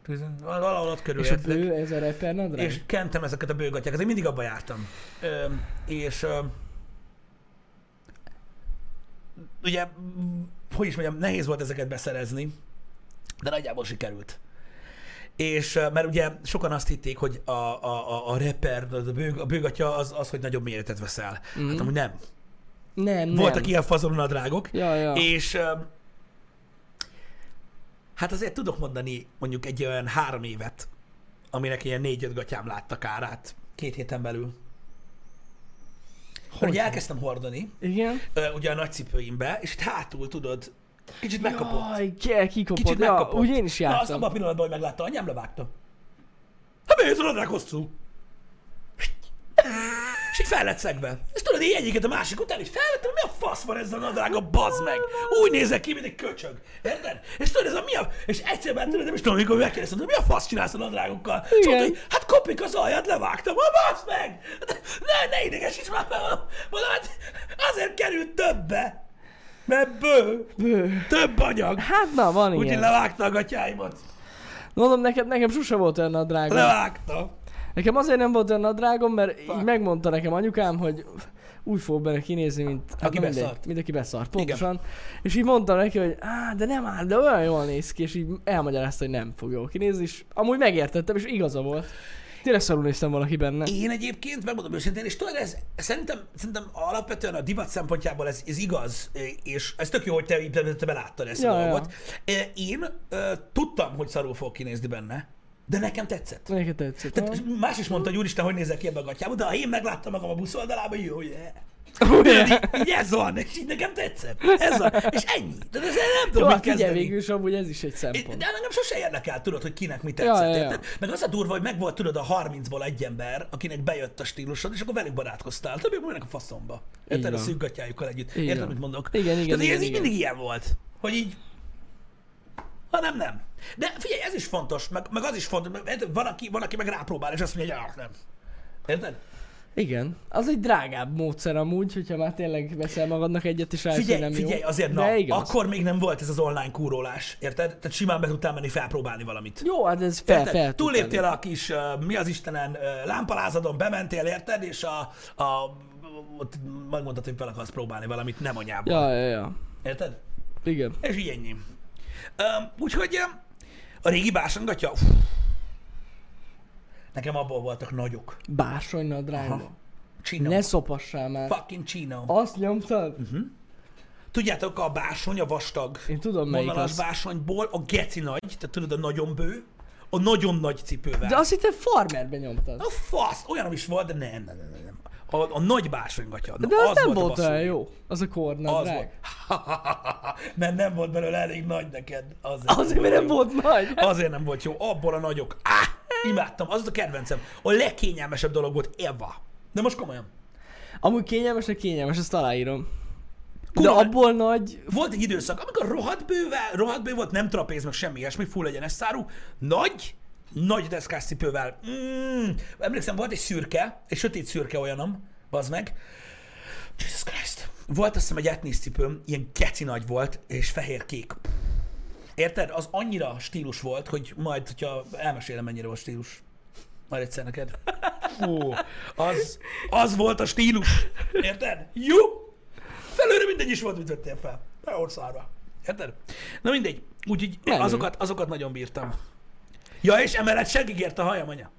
Valahol ott körül És a értek. bő, ez a rapper nadrág? És kentem ezeket a bőgatjákat, én mindig abba jártam. Ö, és ö, ugye, hogy is mondjam, nehéz volt ezeket beszerezni, de nagyjából sikerült. És mert ugye sokan azt hitték, hogy a, a, a rapper, a, bőg, a bőgatja az, az, hogy nagyobb méretet veszel. Mm. Hát amúgy nem. Nem, Voltak nem. ilyen fazonú nadrágok. Ja, ja. És hát azért tudok mondani mondjuk egy olyan három évet, aminek ilyen négy-öt gatyám láttak árát két héten belül. Hogy ugye elkezdtem hordani, Igen? ugye a nagycipőimbe, és itt hátul tudod, kicsit megkapott. Jaj, kell, kikapott. Kicsit Ja, megkapott. úgy én is Na, azt jártam. abban a pillanatban, hogy meglátta anyám, levágta. Hát miért a nadrág hosszú? És így fel lett szegve. És tudod, így egyiket a másik után, és felvettem, mi a fasz van ezzel a nadrág, a bazd meg. Úgy nézek ki, mint egy köcsög. Érted? És tudod, ez a mi a... És egyszerűen tudod, nem is tudom, amikor megkérdeztem, hogy mi a fasz csinálsz a nadrágokkal? És mondta, hogy hát kopik az alját, levágtam. Ha bazd meg! Ne, ne idegesíts már fel. Mondom, hát azért került többe. Mert bő. Bő. Több anyag. Hát na, van Úgyhogy ilyen. levágta a gatyáimat. Mondom, nekem, nekem sose volt olyan nadrágom. Levágta. Nekem azért nem volt olyan nadrágom, mert így megmondta nekem anyukám, hogy úgy fog benne kinézni, mint, hát Aki na mindegy, beszart. mint aki beszart. Pontosan. Igen. És így mondtam neki, hogy á, de nem áll, de olyan jól néz ki, és így elmagyarázta, hogy nem fog jól kinézni, és amúgy megértettem, és igaza volt. Tényleg szarul néztem valaki benne. Én egyébként, megmondom őszintén, és tudod, ez, szerintem, szerintem alapvetően a divat szempontjából ez, ez igaz, és ez tök jó, hogy te, te, te beláttad ezt Ja, a ja. dolgot. Én uh, tudtam, hogy szarul fog kinézni benne, de nekem tetszett. Neked tetszett. Tehát ha? más is mondta, hogy úristen, hogy nézek ki ebbe a gatyába, de ha én megláttam magam a busz oldalában, jó, yeah. Oh, Tudod, yeah. így, így ez van, és így nekem tetszett. Ez van, és ennyi. De ezzel nem tudom, Jó, mit hát figyelj, kezdeni. végül is amúgy ez is egy Én- szempont. De engem sose érdekel, tudod, hogy kinek mi Ja, tetszett, ja, ja. érted? Meg az a durva, hogy megvolt, tudod, a harmincból egy ember, akinek bejött a stílusod, és akkor velük barátkoztál. Többiek mennek a faszomba. Érted? Így A van. szűkgatjájukkal együtt. Így Érted, van. mit mondok? Igen, igen, Tehát igen, ez így igen. mindig ilyen volt. Hogy így... Ha nem, nem. De figyelj, ez is fontos, meg, meg az is fontos, meg érted? van, aki, van, aki meg rápróbál, és azt mondja, hogy ah, nem. Érted? Igen. Az egy drágább módszer amúgy, hogyha már tényleg veszel magadnak egyet, és rájössz, hogy Figyelj, nem figyelj, jó. azért De na, igaz. akkor még nem volt ez az online kúrólás, érted? Tehát simán be tudtál menni felpróbálni valamit. Jó, hát ez fel, Érted? fel Túléptél a kis, uh, mi az Istenen, uh, lámpalázadon, bementél, érted? És a, a ott megmondtad, hogy fel akarsz próbálni valamit nem anyából. Ja, ja, ja. Érted? Igen. És így ennyi. Um, úgyhogy um, a régi bársongatja, uff, nekem abból voltak nagyok. Bársony nadrágba. Aha. Chino. Ne szopassál már. Fucking chino. Azt nyomtad? Uh-huh. Tudjátok, a bársony, a vastag Én tudom, melyik vonalas az. bársonyból, a geci nagy, tehát tudod, a nagyon bő, a nagyon nagy cipővel. De azt hittem farmerben nyomtad. A fasz, olyan is volt, de nem, nem, nem, nem. A, a nagy bársonygatja. Na, De az, nem a volt olyan basszú. jó. Az a Az kornadrág. volt. Mert nem volt belőle elég nagy neked. Azért, Azért, mert nem jó. volt nagy. Azért nem volt jó. Abból a nagyok. Á, imádtam. Az az a kedvencem. A legkényelmesebb dolog volt Eva. De most komolyan. Amúgy kényelmes, de kényelmes, ezt aláírom. De Kurva- abból nagy... Volt egy időszak, amikor rohadt bővel, rohadt bő volt, nem trapéz, meg semmi ilyesmi, full legyen ez szárú. Nagy, nagy deszkás cipővel. Mm. Emlékszem, volt egy szürke, egy sötét szürke olyanom, bazd meg. Jesus Christ. Volt azt hiszem egy etnisz cipőm, ilyen keci nagy volt, és fehér-kék. Érted? Az annyira stílus volt, hogy majd, hogyha elmesélem, mennyire volt stílus. Majd egyszer neked. Fú, az, az volt a stílus. Érted? Jó? Felőre mindegy is volt, mit vettél fel. Ne orszárba. Érted? Na mindegy. Úgyhogy Menő. azokat, azokat nagyon bírtam. Ja, és emellett segígért a hajam, anya.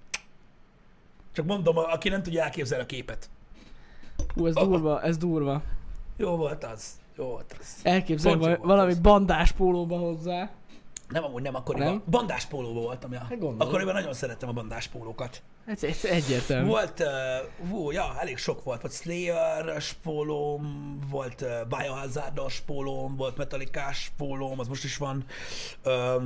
Csak mondom, aki nem tudja elképzelni a képet. Hú, ez durva, ez durva. Jó volt az. Jó volt az. Elképzelem Pont jó val- volt valami az. bandás pólóba hozzá. Nem, amúgy nem, akkoriban. Nem? Bandás pólóban voltam, ja. Hát gondolom. Akkoriban nagyon szerettem a bandás pólókat. Ez, ez egyértelmű. Volt, uh, hú, ja, elég sok volt. Volt Slayer-es pólóm, volt uh, Biohazard-os pólóm, volt Metallica-s pólóm, az most is van. Uh,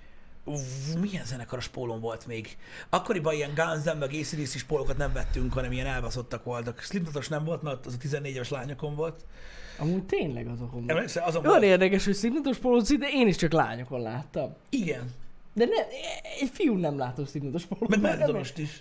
uh, milyen zenekaros pólóm volt még? Akkoriban ilyen Guns N' meg á cé dé cé-s pólókat nem vettünk, hanem ilyen elbaszottak voltak. Slipknotos nem volt, mert az a tizennégy éves lányokon volt. Amúgy tényleg azokon. Emlékszel, azon Olyan volt. érdekes, hogy Slipknotos pólót, de én is csak lányokon láttam. Igen, De ne, egy fiú nem látott Slipknotos pólót. meg Nem- Meldonost is.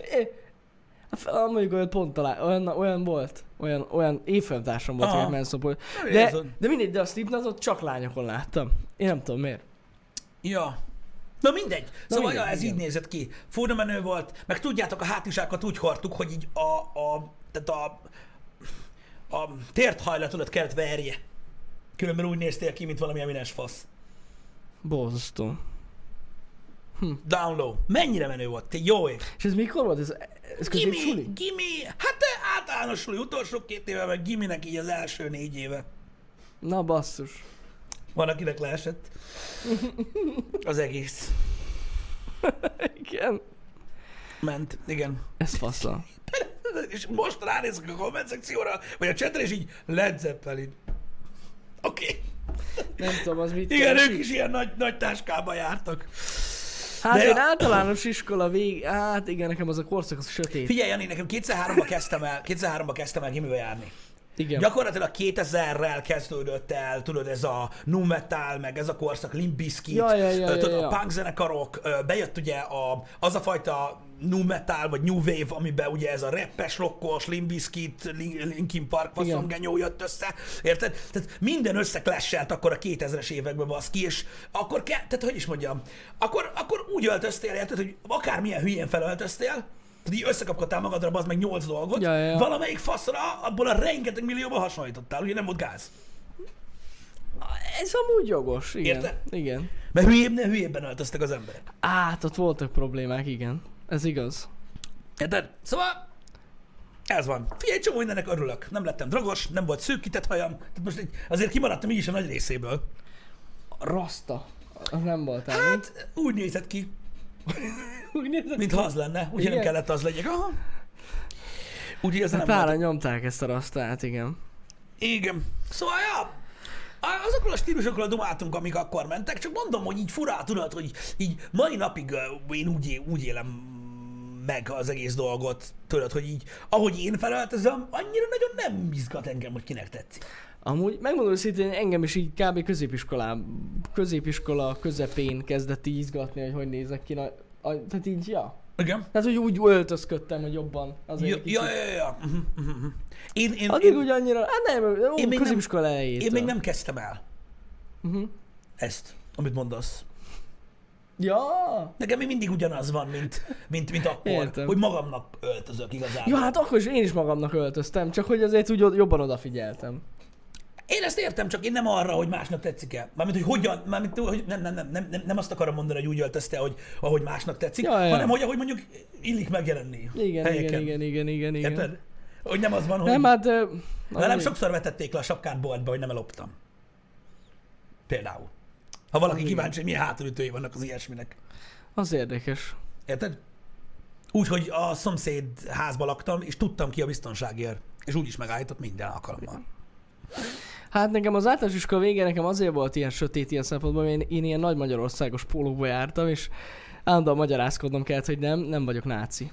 Hát, mondjuk olyan pont talán, olyan, olyan volt, olyan, olyan évfolyamtársam volt, Aha. hogy Manson. Ez De, on. de mindegy, de a Slipknotot csak lányokon láttam. Én nem tudom miért. Ja. Na mindegy. Na Szóval mindegy, ja, ez igen. így nézett ki. Fúra menő volt, meg tudjátok, a hátizsákat úgy hordtuk, hogy így a, a, tehát a, a térthajlatodat kellett verje. Különben úgy néztél ki, mint valami eminens fasz. Borzasztó. Down low. Mennyire menő volt? Te jó ég. És ez mikor volt? Ez, ez Gimi, középsuli? gimi, hát általános suli, utolsó két éve, meg giminek így az első négy éve. Na basszus. Van, akinek leesett. Az egész. Igen. Ment, igen. Ez faszal. És most ránézek a komment szekcióra, vagy a chatre, és így Led Zeppelin. Oké. Okay. Nem tudom, az mit Igen, jelent. ők is ilyen nagy, nagy táskába jártak. Hát De én ja. általános iskola vég... Hát igen, nekem az a korszak az sötét. Figyelj, Jani, nekem kétezer-háromban kezdtem el, kétezer-háromban kezdtem el gimibe járni. Igen. Gyakorlatilag kétezerrel kezdődött el, tudod, ez a nu metal, meg ez a korszak, Limp Bizkit, Ja, ja, ja, tudod, ja, ja. a punk zenekarok, ö, bejött ugye a, az a fajta nu metal, vagy new wave, amiben ugye ez a rappes, rockos, Limp Bizkit, Lin- Linkin Park faszongenyó jött össze, érted? Tehát minden összeklesselt akkor a kétezres években, baszki, és akkor kell, tehát hogy is mondjam, akkor, akkor úgy öltöztél, érted, hogy akármilyen hülyén felöltöztél, tehát így összekapkodtál magadra, bazd meg nyolc dolgot, Ja, ja, ja. valamelyik faszra, abból a rengeteg millióban hasonlítottál, ugye nem volt gáz. Ez amúgy jogos, igen. Érted? Igen. Mert hülyébben, hülyébben öltöztek az emberek. Át, ott voltak problémák, igen. Ez igaz. Érted? Szóval ez van. Figyelj, csomó mindennek örülök. Nem lettem drogos, nem volt szűkített hajam, tehát most egy, azért kimaradtam így is a nagy részéből. Rasta. Az nem volt ám. Hát úgy nézett ki, Úgy nézett mintha az lenne, úgyhogy nem Igen. kellett az legyek. Aha. Úgyhogy ez Hát nem páran volt. nyomták ezt a rasztát, igen. Igen. Szóval, ja, azokról a stílusokról dumáltunk, amik akkor mentek, csak mondom, hogy így furá, tudod, hogy így mai napig ö, én úgy, é- úgy élem meg az egész dolgot, tudod, hogy így, ahogy én felöltözöm, annyira nagyon nem izgat engem, hogy kinek tetszik. Amúgy megmondom őszintén, engem is így kb. középiskolá, középiskola közepén kezdett így izgatni, hogy hogy nézek ki. Na, a, tehát így, ja. Igen. Tehát, hogy úgy öltözködtem, hogy jobban. Azért Ja, kicsit. ja, ja, ja. Uh-huh, uh-huh. Én, én, Addig én, úgy annyira, hát nem, ó, én még középiskola elejétől. én még nem kezdtem el Uh-huh. ezt, amit mondasz. Ja. Nekem még mindig ugyanaz van, mint, mint, mint akkor, Értem. hogy magamnak öltözök igazából. Ja, hát akkor is én is magamnak öltöztem, csak hogy azért úgy jobban odafigyeltem. Én ezt értem, csak én nem arra, hogy másnak tetszik-e. Mármint, hogy hogyan, mármint, hogy nem, nem, nem, nem, nem, nem azt akarom mondani, hogy úgy öltözte, hogy ahogy másnak tetszik, Ja, ja. hanem hogy ahogy mondjuk illik megjelenni. Igen, helyeken. igen, igen, igen, igen, igen. Érted? Hogy nem az van, hogy... Nem, hát... ö, Velem amúgy- sokszor vetették le a sapkát boltba, hogy nem eloptam. Például. Ha valaki Az kíváncsi, hogy milyen hátulütői vannak az ilyesminek. Az érdekes. Érted? Úgy, hogy a szomszéd házba laktam, és tudtam ki a biztonságért. És úgy is megállított minden alkalommal. Hát nekem az általános iskola végén nekem azért volt ilyen sötét ilyen szempontból, hogy én, én ilyen nagy magyarországos pólókba jártam, és állandóan magyarázkodnom kellett, hogy nem, nem vagyok náci.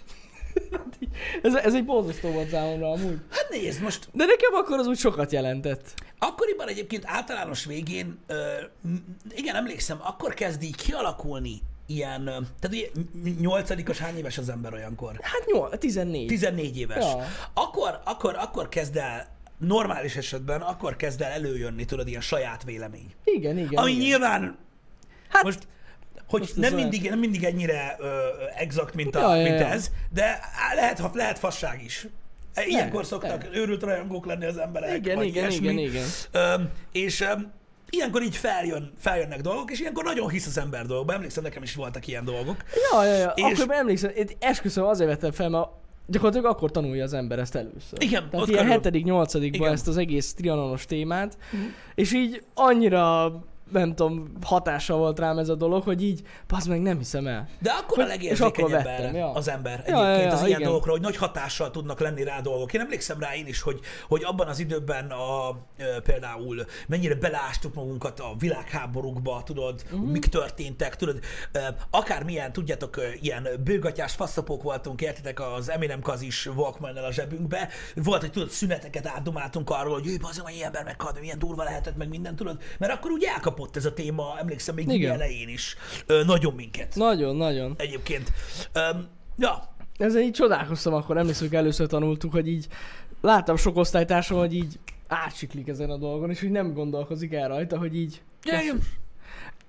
ez, ez egy borzasztó volt számomra amúgy. Hát nézd, most De nekem akkor az úgy sokat jelentett. akkoriban egyébként általános végén, ö, m- igen, emlékszem, akkor kezd így kialakulni ilyen, ö, tehát ugye m- nyolcadikos hány éves az ember olyankor? Hát nyolc, tizennégy. tizennégy éves. Ja. Akkor, akkor, akkor kezd el, normális esetben, akkor kezd el előjönni, tudod, ilyen saját vélemény. Igen, igen. Ami igen. nyilván, Hát, most, hogy most nem ez mindig, nem mindig ennyire ö, exakt, mint, a, Ja, ja, mint ja. ez, de lehet, lehet fasság is. Ilyenkor Lehet, szoktak lehet. őrült rajongók lenni az emberek, igen, vagy igen, ilyesmi. igen, igen. Öm, és öm, ilyenkor így feljön, feljönnek dolgok, és ilyenkor nagyon hisz az ember dolgokban. Emlékszem, nekem is voltak ilyen dolgok. Ja, ja, ja. És- Akkor emlékszem, én esküszöm azért vettem fel, mert gyakorlatilag akkor tanulja az ember ezt először. Igen, Tehát ott ilyen körül. hetedik, nyolcadikban Igen. ezt az egész trianonos témát, és így annyira, nem tudom, hatással volt rám ez a dolog, hogy így, bazd meg, nem hiszem el. De akkor a Hogy- és akkor legérzékenyebb vettem, erre ja. az ember Ja, egyébként ja, ja, az ilyen igen. dolgokra, hogy nagy hatással tudnak lenni rá dolgok. Én emlékszem rá én is, hogy, hogy abban az időben a, ö, például mennyire beleástuk magunkat a világháborúkba, tudod, Mhm. uh-huh. mik történtek, tudod, ö, akármilyen, tudjátok, ö, ilyen bőgatyás faszapók voltunk, értitek, az Eminem kazis Walkmannel a zsebünkbe. Volt, hogy tudod, szüneteket átdomáltunk arról, hogy ő, bazd, hogy ilyen ember meghalt, milyen durva lehetett, meg minden, tudod, mert akkor úgy elkapott ez a téma, emlékszem még Igen. elején is, ö, nagyon minket. Nagyon, nagyon. Egyébként. Um, ja, Ezen így csodálkoztam akkor, emlékszem, hogy először tanultuk, hogy így láttam sok osztálytársam, hogy így átsiklik ezen a dolgon, és hogy nem gondolkozik el rajta, hogy így... ja, igen.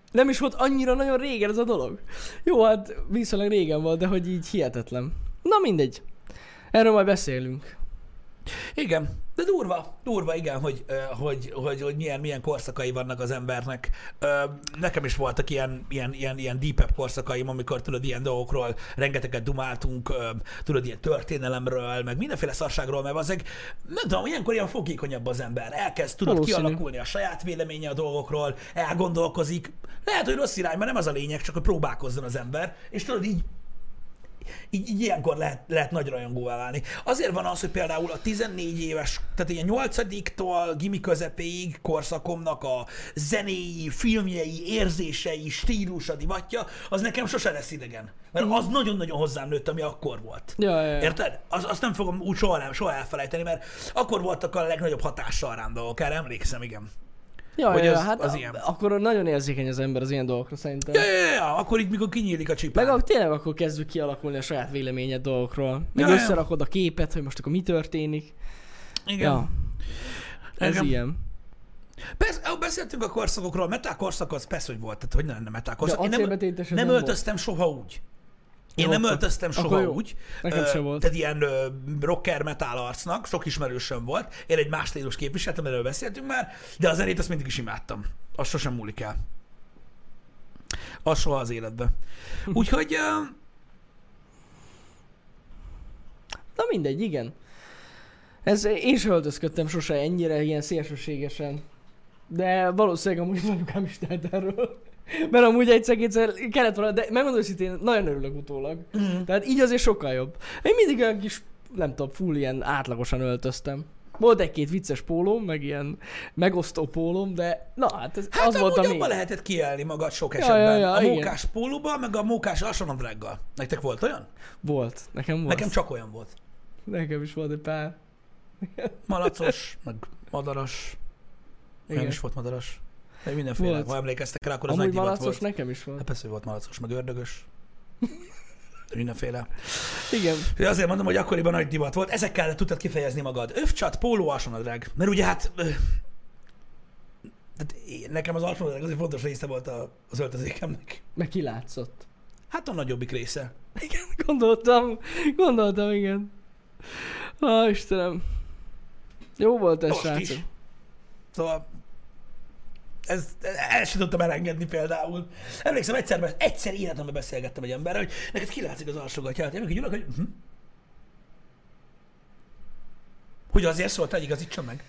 Nem is volt annyira nagyon régen ez a dolog. Jó, hát viszonylag régen volt, de hogy így hihetetlen. Na mindegy. Erről majd beszélünk. Igen, de durva, durva, igen, hogy, ö, hogy, hogy, hogy milyen, milyen korszakai vannak az embernek. Ö, Nekem is voltak ilyen, ilyen, ilyen, ilyen deep korszakaim, amikor tudod, ilyen dolgokról rengeteget dumáltunk, ö, tudod, ilyen történelemről, meg mindenféle szarságról, mert azok, nem tudom, ilyenkor ilyen fogékonyabb az ember. Elkezd, tudod, Valószínű. kialakulni a saját véleménye a dolgokról, elgondolkozik. Lehet, hogy rossz irányban, nem az a lényeg, csak hogy próbálkozzon az ember, és tudod, így Így, így ilyenkor lehet, lehet nagy rajongóvá válni. Azért van az, hogy például a tizennégy éves, tehát ilyen nyolcadiktól gimi közepéig korszakomnak a zenéi, filmjei, érzései, stílusa, divatja, az nekem sose lesz idegen. Mert az nagyon-nagyon hozzám nőtt, ami akkor volt. Ja, ja, ja. Érted? Az, azt nem fogom úgy soha, nem, soha elfelejteni, mert akkor voltak a legnagyobb hatással rám dolgok, erre emlékszem, igen. Ja, Hogy ja, az- hát az a, ilyen. akkor nagyon érzékeny az ember az ilyen dolgokra szerintem. Ja, ja, ja, ja, akkor így, mikor kinyílik a csipán. Meg akkor tényleg akkor kezdjük kialakulni a saját véleményed dolgokról. Meg Ja, ja. összerakod a képet, hogy most akkor mi történik. Igen. Ja, ez Igen. ilyen. Persze, ah, beszéltünk a korszakokról, metal korszak az persze, hogy volt, tehát hogy ne lenne metal korszak. De Én nem, acélbetétesed nem nem öltöztem soha úgy. Én Jó, nem akkor- öltöztem akkor soha jó. úgy. Nekem Ö, se volt. Tehát ilyen ö, rocker metal arcnak, sok ismerősöm volt. Én egy más stílus képviseltem, erről beszéltünk már, de a zenét azt mindig is imádtam. Azt sosem múlik el. Az soha az életben. Úgyhogy ö, Na mindegy, igen. Ez, én sem öltözködtem sose ennyire, ilyen szélsőségesen. De valószínűleg amúgy az anyukám is tehet erről. Mert amúgy egyszer-kétszer kellett volna, de megmondom őszintén, nagyon örülök utólag. mm, Tehát így azért sokkal jobb. Én mindig olyan kis, nem tudom, full ilyen átlagosan öltöztem. Volt egy-két vicces pólóm, meg ilyen megosztó pólóm, de na hát ez hát az volt a amúgy még. abban lehetett kielni magad sok Ja, esetben. ja, ja, a igen. mókás pólóban, meg a mókás alsónadrággal. Nektek volt olyan? Volt, nekem volt. Nekem csak olyan volt. Nekem is volt egy pár. Malacos, meg madaras. Olyan Igen. is volt madaras. De mindenféle, Volt. ha emlékeztek rá, akkor az Amúgy nagy divat malacos volt. nekem is volt. Hát persze, hogy volt malacos, meg ördögös. De mindenféle. Igen. De azért mondom, hogy akkoriban nagy divat volt. Ezekkel tudtad kifejezni magad. Övcsat, póló, alsónadrág. Mert ugye hát... ö, tehát én- nekem az alsónadrág az egy fontos része volt a- az öltözékemnek. Meg kilátszott. Hát a nagyobbik része. Igen, gondoltam. Gondoltam, igen. Á, Istenem. Jó volt ez, Most srácok. is. Szóval... Ez, el sem tudtam elengedni például. Emlékszem, egyszer, egyszer életemben beszélgettem egy emberrel, hogy neked kilátszik az alsógatját. Én meg így ülök, hogy... Hm? Hogy azért szólt, hogy igazítson meg.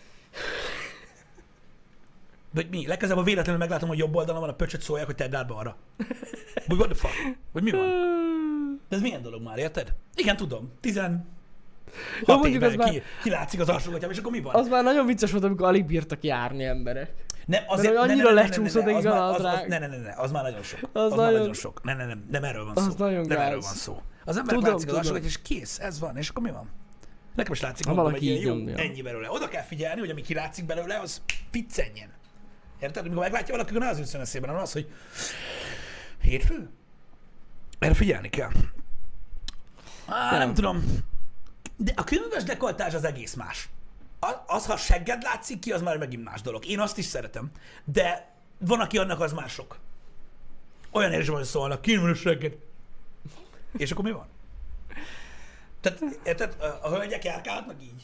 Vagy mi? Legközelebb a véletlenül meglátom, hogy jobb oldalon van a pöcsöt, szólják, hogy tedd át balra. Vagy what the fuck? Vagy mi van? De ez milyen dolog már, érted? Igen, tudom. Tizen... Jó, Hat mondjuk éve az már- ki, kilátszik az alsógatjám, és akkor mi van? Az már nagyon vicces volt, amikor alig bírtak járni emberek. Nem, hogy annyira lecsúszott egy az már- az- az- galadrág. Ne, ne, ne, ne, az már nagyon sok. Az, Az az már nagyon- nagyon sok. Ne, ne, nem, nem erről van Az szó. nagyon Nem gáz. erről van szó. Az ember Tudom, látszik az tudom. alsógat, és kész, ez van, és akkor mi van? Nekem is látszik, Ha mondom, valaki egy így ilyen jó, nyomja. ennyi belőle. Oda kell figyelni, hogy ami kilátszik belőle, az piccenjen. Érted? Amikor meglátja valaki, akkor ne az üsszen eszében, hanem az, hogy hétfő? Erre figyelni kell. Á, nem. Nem. tudom. De a könyves dekoltázs az egész más. A- Az, ha segged látszik ki, az már megint más dolog. Én azt is szeretem. De van, aki annak az mások. Olyan érzem, hogy szólnak, kínul a segged. És akkor mi van? Tehát, érted? A, a hölgyek járkálhatnak így.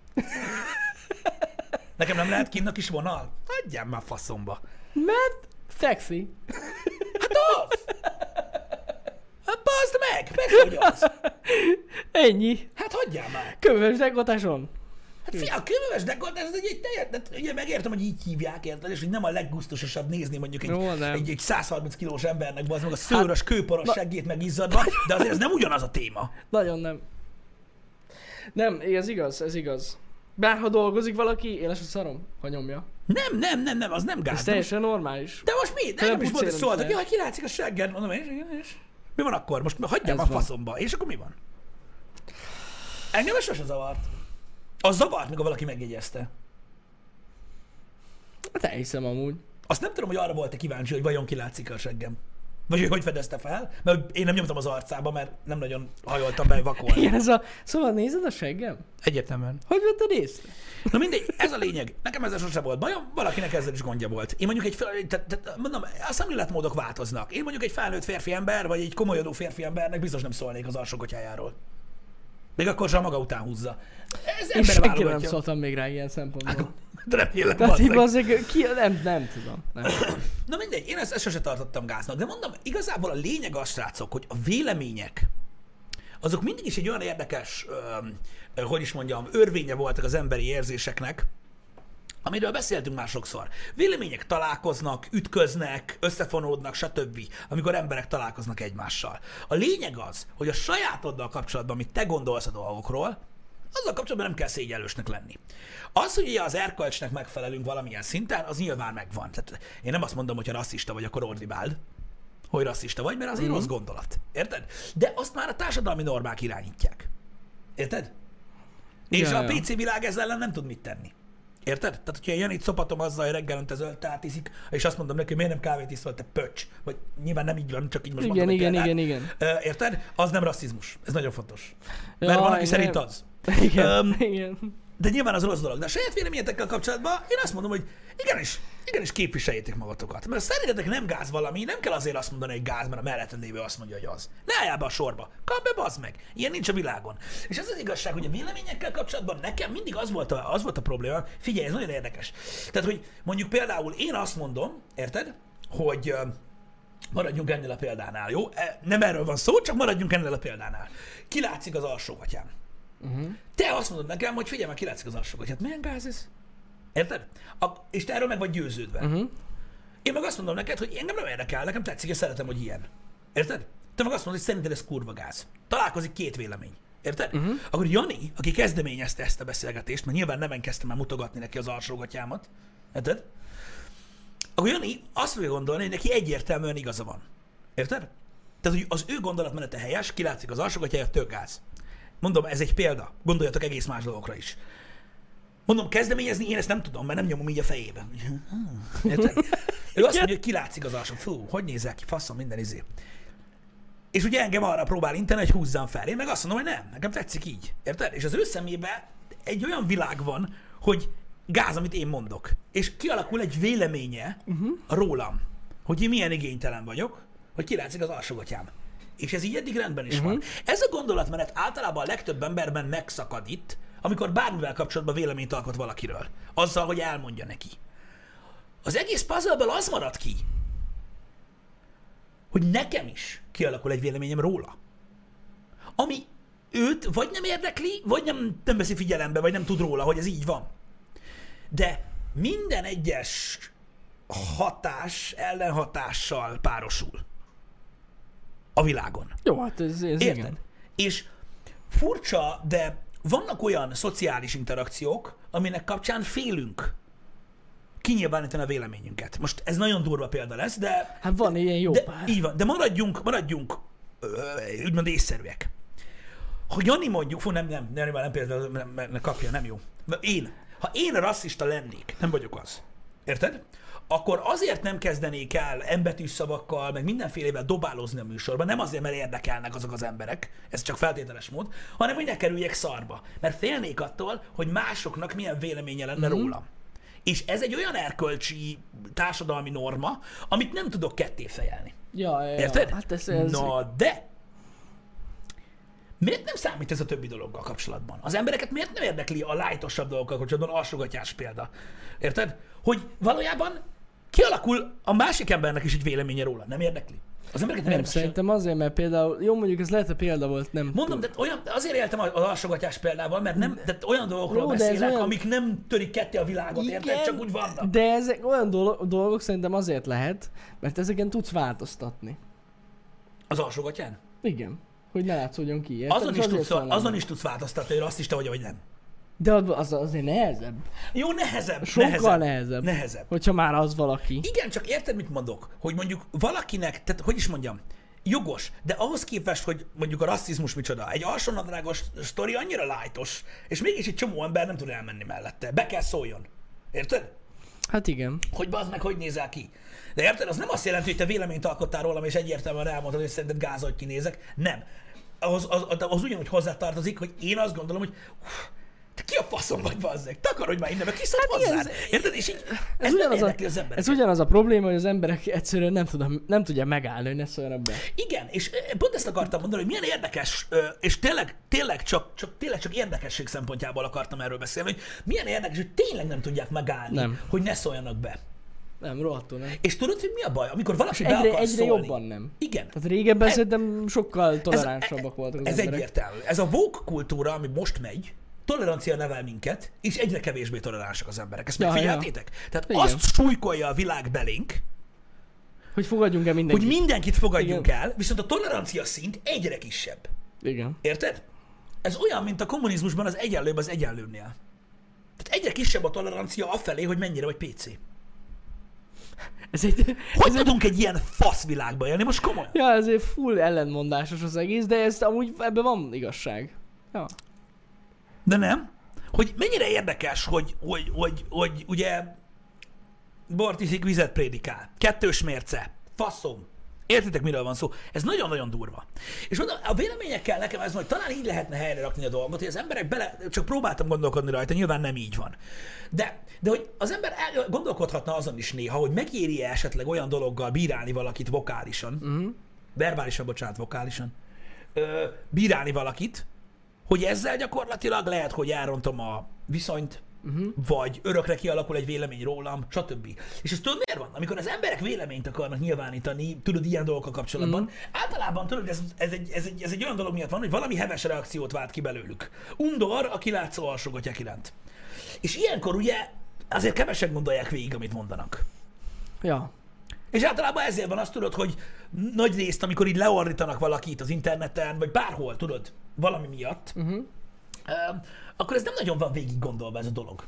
Nekem nem lehet kinn a kis vonal? Hagyjál már faszomba. Mert szexi. Hát az! Hát bazd meg! Persze, hogy az. Ennyi. Hát hagyjál már! Könyves dekotáson. Hát fia, a könyves dekoltás, ez egy, egy teljes, de ugye megértem, hogy így hívják, érted, és hogy nem a leggusztusosabb nézni mondjuk egy, Jó, nem. egy, egy száz harminc kilós embernek, bazd meg a szőrös, hát, kőporos na- seggét meg izzadva, de azért ez nem ugyanaz a téma. Nagyon nem. Nem, ez igaz, ez igaz. Bárha dolgozik valaki, éles a szarom, ha nyomja. Nem, nem, nem, nem, az nem gáz. Ez teljesen normális. De most mi? De nem nem is volt, hogy pucérom szóltak, se. jaj, kilátszik a segged, mondom, és, és, mi van akkor? Most hagyjál Ez már van. faszomba. És akkor mi van? Engem ez sose zavart. Az zavart, mikor valaki megjegyezte. Hát elhiszem amúgy. Azt nem tudom, hogy arra volt-e kíváncsi, hogy vajon kilátszik a seggem. Vagy ő hogy fedezte fel? Mert én nem nyomtam az arcába, mert nem nagyon hajoltam be vakolni. Igen, ez a... Szóval nézed a seggem? Egyértelműen. Hogy vetted észre? Na mindegy, ez a lényeg. Nekem ezzel sose volt bajom, valakinek ezzel is gondja volt. Én mondjuk egy, fel, te, te, mondom, a szemléletmódok változnak. Én mondjuk egy felnőtt férfi ember, vagy egy komolyodó férfi embernek biztos nem szólnék az alsógatyájáról. Még akkor sem maga után húzza. Ez Én emberre senki nem válogatja. szóltam még rá ilyen szempontból. De remélem, Tehát így basszeg. azért, ki, nem, nem tudom. Nem. Na mindegy, én ezt, ezt sose tartottam gáznak, de mondom, igazából a lényeg az, srácok, hogy a vélemények, azok mindig is egy olyan érdekes, ö, hogy is mondjam, örvénye voltak az emberi érzéseknek, amiről beszéltünk már sokszor. Vélemények találkoznak, ütköznek, összefonódnak, stb., amikor emberek találkoznak egymással. A lényeg az, hogy a sajátoddal kapcsolatban, amit te gondolsz a dolgokról, azzal kapcsolatban nem kell szégyellősnek lenni. Az, hogy az erkölcsnek megfelelünk valamilyen szinten, az nyilván megvan. Tehát én nem azt mondom, hogy ha rasszista vagy, akkor ordibáld, hogy rasszista vagy, mert az egy Mhm. rossz gondolat. Érted? De azt már a társadalmi normák irányítják. Érted? És Ja, a ja. pé cé világ ezzel ellen nem tud mit tenni. Érted? Tehát, hogyha én Janit szopatom azzal, hogy reggelente zöld teát iszik, és azt mondom neki, hogy miért nem kávét iszol, te pöcs. Vagy nyilván nem így van, csak így most Igen, mondom, igen, hogy igen, igen. Ö, Érted? Az nem rasszizmus. Ez nagyon fontos. Ja, Mert van, aki igen. szerint az. Igen, Öm, igen. De nyilván az rossz dolog. De a saját véleményetekkel kapcsolatban én azt mondom, hogy igenis, igenis képviseljétek magatokat. Mert ha szerintetek nem gáz valami, nem kell azért azt mondani, hogy gáz, mert a mellettem lévő azt mondja, hogy az. Ne álljál be a sorba. Kap be, bazd meg. Ilyen nincs a világon. És ez az igazság, hogy a véleményekkel kapcsolatban nekem mindig az volt a, az volt a probléma. Figyelj, ez nagyon érdekes. Tehát, hogy mondjuk például én azt mondom, érted, hogy ö, maradjunk ennél a példánál, jó? E, Nem erről van szó, csak maradjunk ennél a példánál. Kilátszik az alsógatyám. Uh-huh. Te azt mondod nekem, hogy figyelj, már kilátszik az alsógatyát. Milyen gáz ez? Érted? A, és te erről meg vagy győződve. Uh-huh. Én meg azt mondom neked, hogy engem nem érdekel, nekem tetszik, és szeretem, hogy ilyen. Érted? Te meg azt mondod, hogy szerinted ez kurva gáz. Találkozik két vélemény. Érted? Uh-huh. Akkor Jani, aki kezdeményezte ezt a beszélgetést, mert nyilván nem kezdtem el mutogatni neki az alsógatyámat. Érted? Akkor Jani azt fogja gondolni, hogy neki egyértelműen igaza van. Érted? Tehát, hogy az ő gondolatmenete helyes, kilátszik az alsógatyája, tök gáz. Mondom, ez egy példa. Gondoljatok egész más dolgokra is. Mondom, kezdeményezni, én ezt nem tudom, mert nem nyomom így a fejébe. Érted? Ő azt mondja, hogy kilátszik az alsó. Fú, hogy nézel ki? Faszom, minden izé. És ugye engem arra próbál inteni, hogy húzzam fel. Én meg azt mondom, hogy nem, nekem tetszik így. Érted? És az ő szemébe egy olyan világ van, hogy gáz, amit én mondok. És kialakul egy véleménye uh-huh. rólam, hogy én milyen igénytelen vagyok, hogy kilátszik az alsógatyám. És ez így eddig rendben is uh-huh. van. Ez a gondolatmenet általában a legtöbb emberben megszakad itt, amikor bármivel kapcsolatban véleményt alkot valakiről. Azzal, hogy elmondja neki. Az egész puzzleből az marad ki, hogy nekem is kialakul egy véleményem róla. Ami őt vagy nem érdekli, vagy nem, nem veszi figyelembe, vagy nem tud róla, hogy ez így van. De minden egyes hatás ellenhatással párosul a világon. Jó, hát ez, ez Érted? igen. És furcsa, de vannak olyan szociális interakciók, aminek kapcsán félünk kinyilvánítani a véleményünket. Most ez nagyon durva példa lesz, de... Hát van ilyen jó de, pár. így van, de maradjunk, maradjunk ö, úgymond észszerűek. Ha Jani mondjuk, fú, nem, nem, nem, nem például, nem, nem, kapja, nem jó. Én, ha én rasszista lennék, nem vagyok az. Érted? Akkor azért nem kezdenék el embetűs szavakkal, meg mindenfélevel dobálózni a műsorban, nem azért, mert érdekelnek azok az emberek, ez csak feltételes mód, hanem hogy ne kerüljek szarba. Mert félnék attól, hogy másoknak milyen véleménye lenne mm-hmm. rólam. És ez egy olyan erkölcsi társadalmi norma, amit nem tudok ketté fejelni. Ja, ja, Érted? Hát ez, ez... Na de! Miért nem számít ez a többi dologgal kapcsolatban? Az embereket miért nem érdekli a lájtosabb dolgokkal kapcsolatban, alsógatyás példa? Érted? Hogy valójában kialakul a másik embernek is egy véleménye róla. Nem érdekli? Az embereket nem, Nem, nem szerintem azért, mert például, jó mondjuk ez lehet a példa volt, nem Mondom, de olyan, azért éltem az alsógatyás példával, mert nem, de olyan dolgokról Jó, de ez beszélek, olyan- amik nem törik ketté a világot, érted? Csak úgy vannak. De ezek olyan dolog, dolgok szerintem azért lehet, mert ezeken tudsz változtatni. Az alsógatyán? Igen. Hogy ne látszódjon ki. érted? Azon És is, azért tudsz, szól azon nem. is tudsz változtatni, hogy rasszista vagy, vagy nem. De az, az azért nehezebb. Jó, nehezebb. Sokkal nehezebb. nehezebb. Nehezebb. Hogyha már az valaki. Igen, csak érted, mit mondok? Hogy mondjuk valakinek, tehát hogy is mondjam, jogos, de ahhoz képest, hogy mondjuk a rasszizmus micsoda, egy alsónadrágos sztori annyira lájtos, és mégis egy csomó ember nem tud elmenni mellette. Be kell szóljon. Érted? Hát igen. Hogy bazd meg, hogy nézel ki. De érted, az nem azt jelenti, hogy te véleményt alkottál rólam, és egyértelműen elmondod, hogy szerinted gáz, hogy kinézek. Nem. Az, az, az, az ugyanúgy hozzátartozik, hogy én azt gondolom, hogy uff, te ki a faszom vagy, bazzeg? Takarodj már innen, meg kiszed hát hozzád. Érted? És így, ez, ez, ugyanaz a, az ez ugyanaz a probléma, hogy az emberek egyszerűen nem, tudom, nem tudja megállni, hogy ne szóljanak be. Igen, és pont ezt akartam mondani, hogy milyen érdekes, és tényleg, tényleg, csak, csak, tényleg csak érdekesség szempontjából akartam erről beszélni, hogy milyen érdekes, hogy tényleg nem tudják megállni, nem. hogy ne szóljanak be. Nem, rohadtul nem. És tudod, hogy mi a baj? Amikor valaki be egyre, akar egyre szólni. jobban nem. Igen. Tehát régebben ez, szerintem sokkal toleránsabbak voltak az Ez emberek. egyértelmű. Ez a woke kultúra, ami most megy, tolerancia nevel minket, és egyre kevésbé toleránsak az emberek. Ezt Ja, megfigyeltétek? ja. Tehát Igen. azt súlykolja a világ belénk, hogy fogadjunk el mindenkit. hogy mindenkit fogadjunk Igen. el, viszont a tolerancia szint egyre kisebb. Igen. Érted? Ez olyan, mint a kommunizmusban az egyenlőbb az egyenlőnél. Tehát egyre kisebb a tolerancia afelé, hogy mennyire vagy pé cé. Ez egy, Hogy ez tudunk egy... egy ilyen faszvilágba élni? Most komolyan? Ja, ez full ellentmondásos az egész, de ez amúgy ebben van igazság. Ja. De nem? Hogy mennyire érdekes, hogy, hogy, hogy, hogy ugye bort iszik, vizet prédikál. Kettős mérce. Faszom. Értitek, miről van szó? Ez nagyon-nagyon durva. És mondom, a véleményekkel nekem ez majd talán így lehetne helyre rakni a dolgot, hogy az emberek bele, csak próbáltam gondolkodni rajta, nyilván nem így van. De, de hogy az ember el, gondolkodhatna azon is néha, hogy megéri-e esetleg olyan dologgal bírálni valakit vokálisan, uh-huh. verbálisan, bocsánat, vokálisan, ö, bírálni valakit, hogy ezzel gyakorlatilag lehet, hogy elrontom a viszonyt, uh-huh. vagy örökre kialakul egy vélemény rólam, stb. És ez tudod miért van? Amikor az emberek véleményt akarnak nyilvánítani, tudod, ilyen dolgokkal kapcsolatban, uh-huh. általában tudod, ez, ez, egy, ez, egy, ez egy olyan dolog miatt van, hogy valami heves reakciót vált ki belőlük. Undor, aki látszó alsogatják iránt. És ilyenkor ugye azért kevesen gondolják végig, amit mondanak. Ja. És általában ezért van azt tudod, hogy nagy részt, amikor így leordítanak valakit az interneten, vagy bárhol, tudod, valami miatt, uh-huh. euh, akkor ez nem nagyon van végig gondolva ez a dolog.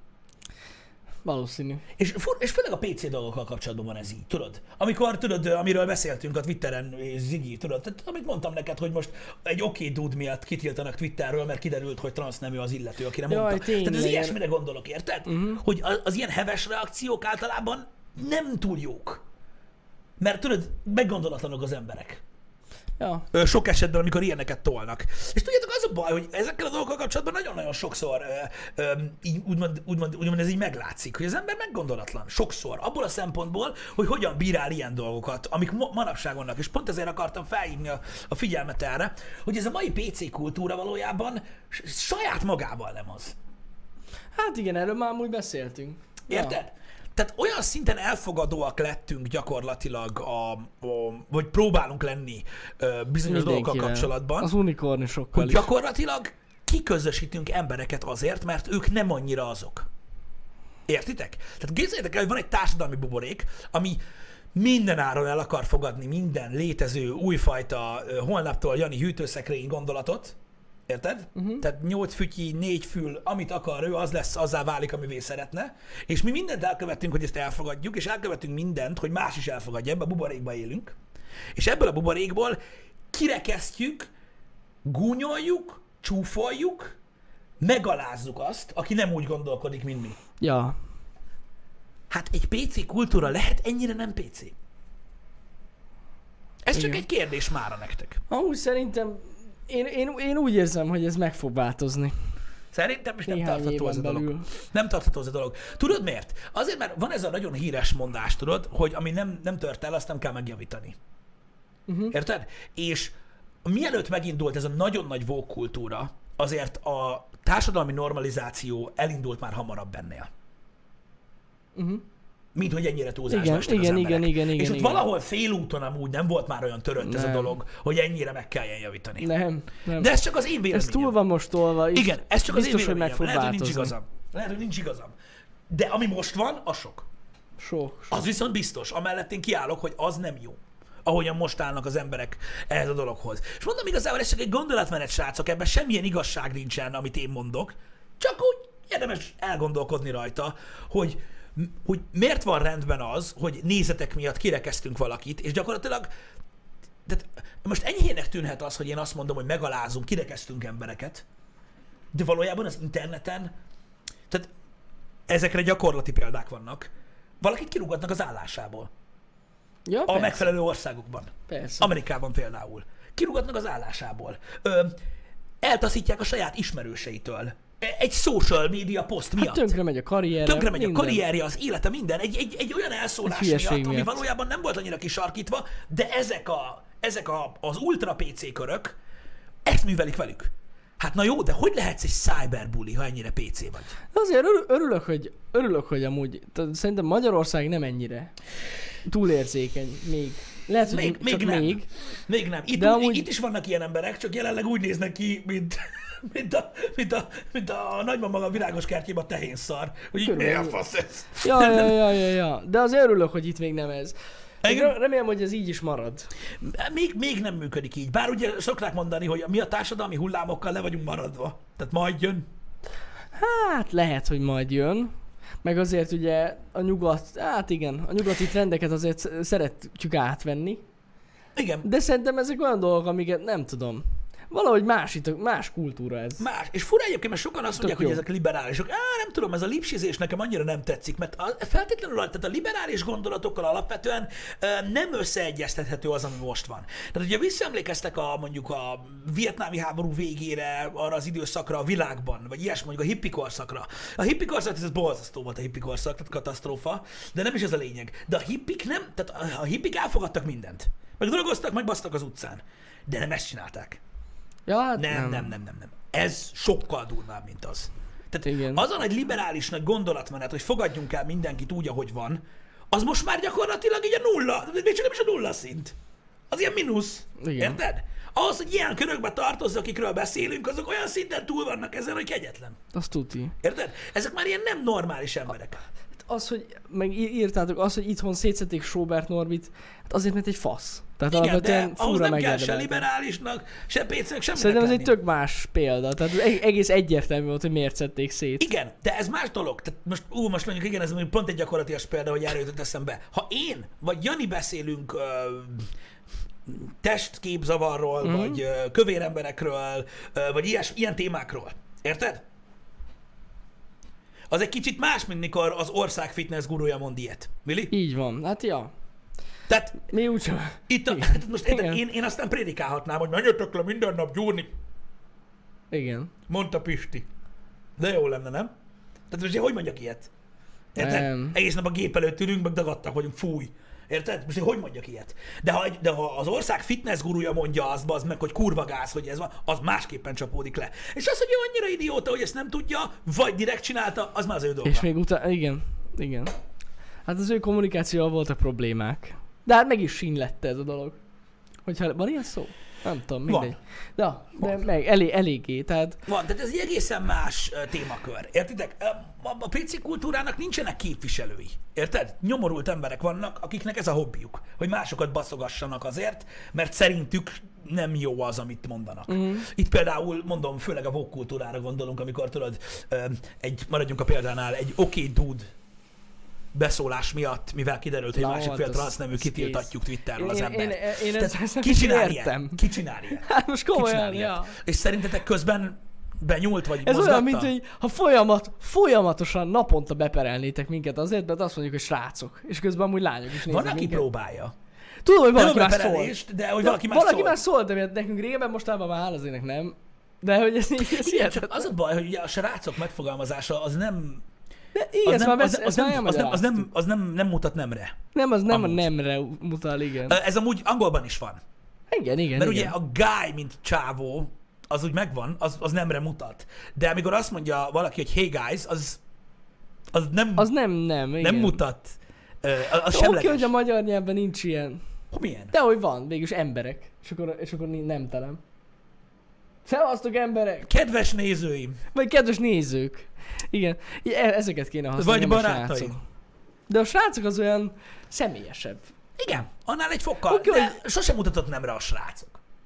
Valószínű. És, és főleg a pé cé dolgokkal kapcsolatban van ez így, tudod? Amikor, tudod, amiről beszéltünk a Twitteren, Ziggy, tudod, tehát amit mondtam neked, hogy most egy oké okay dude miatt kitiltanak Twitterről, mert kiderült, hogy transznemű az illető, akire Jaj, mondta. tényleg. Tehát ez ilyesmire gondolok, érted? Uh-huh. Hogy az, az ilyen heves reakciók általában nem túl jók. Mert tudod, meggondolatlanok az emberek. Ja. Sok esetben, amikor ilyeneket tolnak. És tudjátok, az a baj, hogy ezekkel a dolgokkal kapcsolatban nagyon-nagyon sokszor ö, ö, így, úgymond, úgymond, úgymond ez így meglátszik, hogy az ember meggondolatlan. Sokszor. Abból a szempontból, hogy hogyan bírál ilyen dolgokat, amik manapság vannak. És pont ezért akartam felhívni a, a figyelmet erre, hogy ez a mai pé cé kultúra valójában saját magával nem az. Hát igen, erről már úgy beszéltünk. Érted? Ja. Tehát olyan szinten elfogadóak lettünk gyakorlatilag, a, a, vagy próbálunk lenni ö, bizonyos dolgokkal kapcsolatban. Az unikornisokkal hogy is. Gyakorlatilag kiközösítünk embereket azért, mert ők nem annyira azok. Értitek? Tehát képzeljétek el, hogy van egy társadalmi buborék, ami minden áron el akar fogadni minden létező újfajta ö, holnaptól Jani hűtőszekrény gondolatot. Érted? Uh-huh. Tehát nyolc fütyi, négy fül, amit akar ő, az lesz, azzá válik, amivé szeretne. És mi mindent elkövettünk, hogy ezt elfogadjuk, és elkövettünk mindent, hogy más is elfogadja, ebbe a buborékba élünk. És ebből a buborékból kirekesztjük, gúnyoljuk, csúfoljuk, megalázzuk azt, aki nem úgy gondolkodik, mint mi. Ja. Hát egy pé cé kultúra lehet ennyire nem pé cé? Ez Igen. csak egy kérdés mára nektek. Amúgy szerintem Én, én, én úgy érzem, hogy ez meg fog változni. Szerintem is nem Néhány tartható ez a éven dolog. belül. Nem tartható ez a dolog. Tudod miért? Azért, mert van ez a nagyon híres mondás, tudod, hogy ami nem, nem tört el, azt nem kell megjavítani. Uh-huh. Érted? És mielőtt megindult ez a nagyon nagy woke kultúra, azért a társadalmi normalizáció elindult már hamarabb ennél. Uh-huh. Mint hogy ennyire túlzásba igen, estek igen, az emberek. igen, igen, igen, És ott igen. valahol félúton amúgy nem volt már olyan törött nem. ez a dolog, hogy ennyire meg kelljen javítani. Nem, nem. De ez csak az én véleményem. Ez túl van most tolva. Igen, ez csak az én biztos, hogy meg véleményem. fog Lehet, hogy nincs változni. igazam. Lehet, hogy nincs igazam. De ami most van, az sok. Sok, sok. Az viszont biztos. Amellett én kiállok, hogy az nem jó. Ahogyan most állnak az emberek ehhez a dologhoz. És mondom igazából, ez csak egy gondolatmenet, srácok, ebben semmilyen igazság nincsen, amit én mondok. Csak úgy érdemes elgondolkodni rajta, hogy hogy miért van rendben az, hogy nézetek miatt kirekeztünk valakit, és gyakorlatilag tehát most enyhének tűnhet az, hogy én azt mondom, hogy megalázunk, kirekeztünk embereket, de valójában az interneten, tehát ezekre gyakorlati példák vannak, valakit kirúgatnak az állásából. Ja, A persze. megfelelő országokban. Persze. Amerikában például. Kirúgatnak az állásából. Ö, eltaszítják a saját ismerőseitől. Egy social media poszt miatt. Hát tönkre megy a karriere. Tönkre megy a minden. karrierje, az élete, minden. Egy, egy, egy olyan elszólás Egy hülyeség miatt, ami miatt. valójában nem volt annyira kisarkítva, de ezek, a, ezek a, az ultra pé cé körök ezt művelik velük. Hát na jó, de hogy lehetsz egy cyberbully, ha ennyire pé cé vagy? De azért örül- örülök, hogy, örülök, hogy amúgy, tehát szerintem Magyarország nem ennyire túlérzékeny még. Lehet, hogy Még, csak még nem. még. Még nem. Itt, De úgy, amúgy- itt is vannak ilyen emberek, csak jelenleg úgy néznek ki, mint, mint, a, mint, a, mint a nagymama a virágos kertjében a tehénszar. Hogy így, mi a Körülbelül. fasz ez? Ja, ja, ja, ja, ja. De azért örülök, hogy itt még nem ez. Még Igen. remélem, hogy ez így is marad. Még, még nem működik így. Bár ugye szokták mondani, hogy mi a társadalmi hullámokkal le vagyunk maradva. Tehát majd jön. Hát lehet, hogy majd jön. Meg azért ugye a nyugat, hát igen, a nyugati trendeket azért sz- szeretjük átvenni. Igen. De szerintem ezek olyan dolgok, amiket nem tudom. Valahogy más, itt, más kultúra ez. Más. És fura egyébként, mert sokan azt mondják, jó. hogy ezek liberálisok. Á, nem tudom, ez a lipsizés nekem annyira nem tetszik, mert a, feltétlenül tehát a liberális gondolatokkal alapvetően ö, nem összeegyeztethető az, ami most van. Tehát ugye visszaemlékeztek a, mondjuk a vietnámi háború végére, arra az időszakra a világban, vagy ilyesmi, mondjuk a hippi korszakra. A hippi korszak, ez borzasztó volt a hippi korszak, tehát katasztrófa, de nem is ez a lényeg. De a hippik nem, tehát a, a hippik elfogadtak mindent. Meg drogoztak, meg basztak az utcán. De nem ezt csinálták. Ja, hát Nem, nem, nem, nem, nem, nem. Ez sokkal durvább, mint az. Tehát Igen. az a nagy liberális nagy gondolatmenet, hogy fogadjunk el mindenkit úgy, ahogy van, az most már gyakorlatilag így a nulla, még csak nem is a nulla szint. Az ilyen mínusz. Igen. Érted? Ahhoz, hogy ilyen körökbe tartozz, akikről beszélünk, azok olyan szinten túl vannak ezen, hogy kegyetlen. azt tuti. Érted? Ezek már ilyen nem normális emberek. Az, hogy meg í- írtátok, az, hogy itthon szétszették Sobert Norbit, hát azért, mert egy fasz. Tehát Igen, de alapvetően ahhoz fura nem kell se megérdemelten. liberálisnak, se pé cének, semminek Szerintem ez egy lenni. tök más példa. Tehát eg- egész egyértelmű volt, hogy miért szedték szét. Igen, de ez más dolog. Tehát most, ú, most mondjuk igen, ez mondjuk pont egy gyakorlatias példa, hogy erre jutott eszembe. Ha én vagy Jani beszélünk ö, testképzavarról, Mhm. mm-hmm. vagy ö, kövér emberekről, ö, vagy ilyes, ilyen témákról, érted? Az egy kicsit más, mint mikor az ország fitness gurúja mond ilyet. Vili? Így van. Hát ja. Tehát Mi úgysem. itt a, hát most érted, Igen. én, én azt nem prédikálhatnám, hogy menjetek le minden nap gyúrni, Igen. mondta Pisti. De jó lenne, nem? Tehát most én hogy mondjak ilyet? Érted? Nem. Egész nap a gép előtt ülünk, meg dagadtak vagyunk, fúj. Érted? Most én hogy mondjak ilyet? De ha, egy- de ha az ország fitness gurúja mondja azt, az meg, hogy kurva gáz, hogy ez van, az másképpen csapódik le. És az, hogy ő annyira idióta, hogy ezt nem tudja, vagy direkt csinálta, az már az ő dolga. És még utána, igen. Igen. Hát az ő kommunikációval voltak problémák. De hát meg is sínlette ez a dolog. Hogyha van ilyen szó? Nem tudom, Van. mindegy. De, de Van. meg elég, eléggé, tehát Van, tehát ez egy egészen más uh, témakör. Értitek? A, a, a pé cé kultúrának nincsenek képviselői. Érted? Nyomorult emberek vannak, akiknek ez a hobbiuk, hogy másokat baszogassanak azért, mert szerintük nem jó az, amit mondanak. Mm. Itt például, mondom, főleg a woke kultúrára gondolunk, amikor tudod, ö, egy, maradjunk a példánál, egy oké okay dude beszólás miatt, mivel kiderült, hogy Na, másik hát fél az- transznemű az kitiltatjuk Twitterről az Én- embert. én- én- én Tehát ezt- ezt ki csinál értem. ilyet? Ki csinál ilyet? hát most Ki komolyan, csinál ilyet? ja. És szerintetek közben benyúlt, vagy Ez mozgatta? olyan, mint hogy ha folyamat, folyamatosan naponta beperelnétek minket azért, mert azt mondjuk, hogy srácok, és közben amúgy lányok is néznek Van, aki minket. próbálja. Tudom, hogy Nem a valaki már szól. beperelést, de hogy De valaki már valaki szól. már szólt, de miért nekünk régebben, mostában már hál' az ének nem. De hogy ez így, ez Igen, hihetetlen. csak az a baj, hogy ugye a srácok megfogalmazása az nem... De igen, Az ez nem, már, az, besz- az, ezt már nem, az, nem, az, elmagyaráztuk. nem, az nem, nem mutat nemre. Nem, az nem amúgy. a nemre mutal, igen. Ez amúgy angolban is van. Igen, igen, Mert igen. ugye a guy, mint csávó, az úgy megvan, az, az nemre mutat. De amikor azt mondja valaki, hogy hey guys, az, az nem, Az nem, nem, igen. nem mutat. Ö, Az Oké, semleges. hogy a magyar nyelvben nincs ilyen. Milyen? De hogy van, végülis emberek. És akkor, és akkor nem telem. Szevasztok emberek! Kedves nézőim, Vagy kedves nézők. Igen, I- e- ezeket kéne használni. vagy nem a barátaim. srácok. De a srácok az olyan személyesebb. Igen, annál egy fokkal, Oké, de sosem mutatott nemre a srácok.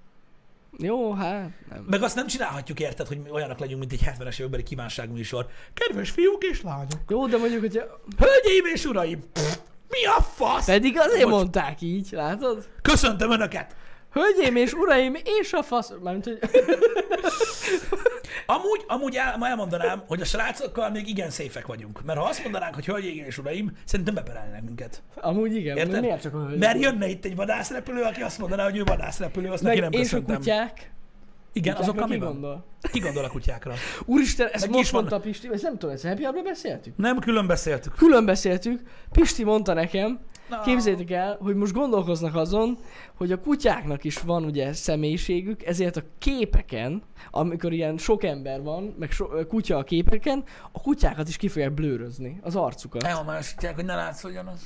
Jó, hát nem. Meg azt nem csinálhatjuk, érted, hogy mi olyanok legyünk, mint egy hetvenes évekbeli kívánságműsor. Kedves fiúk és lányok! Jó, de mondjuk, hogyha... Hölgyeim és uraim! Pff, mi a fasz? Pedig azért Bocs. mondták így, látod? Köszöntöm Önöket! Hölgyeim és uraim, és a fasz... Mármint, hogy... Amúgy, amúgy el, ma elmondanám, hogy a srácokkal még igen széfek vagyunk. Mert ha azt mondanánk, hogy hölgyeim és uraim, szerintem beperelnének minket. Amúgy igen, Érted? miért csak a hölgy? Mert jönne itt egy vadászrepülő, aki azt mondaná, hogy ő vadászrepülő, azt neki Meg nem és a köszöntem. kutyák? Igen, Kutyákra azok ki mi van? gondol? Ki gondol a kutyákra? Úristen, ezt Meg ki most is van- mondta Pisti, ezt nem tudom, ezt Happy Hour-ban beszéltük? Nem, külön beszéltük. Külön beszéltük, Pisti mondta nekem, Na. képzeljétek el, hogy most gondolkoznak azon, hogy a kutyáknak is van ugye személyiségük, ezért a képeken, amikor ilyen sok ember van, meg so, kutya a képeken, a kutyákat is ki fogják blőrözni, az arcukat. Elmásítják, hogy ne látszódjanak.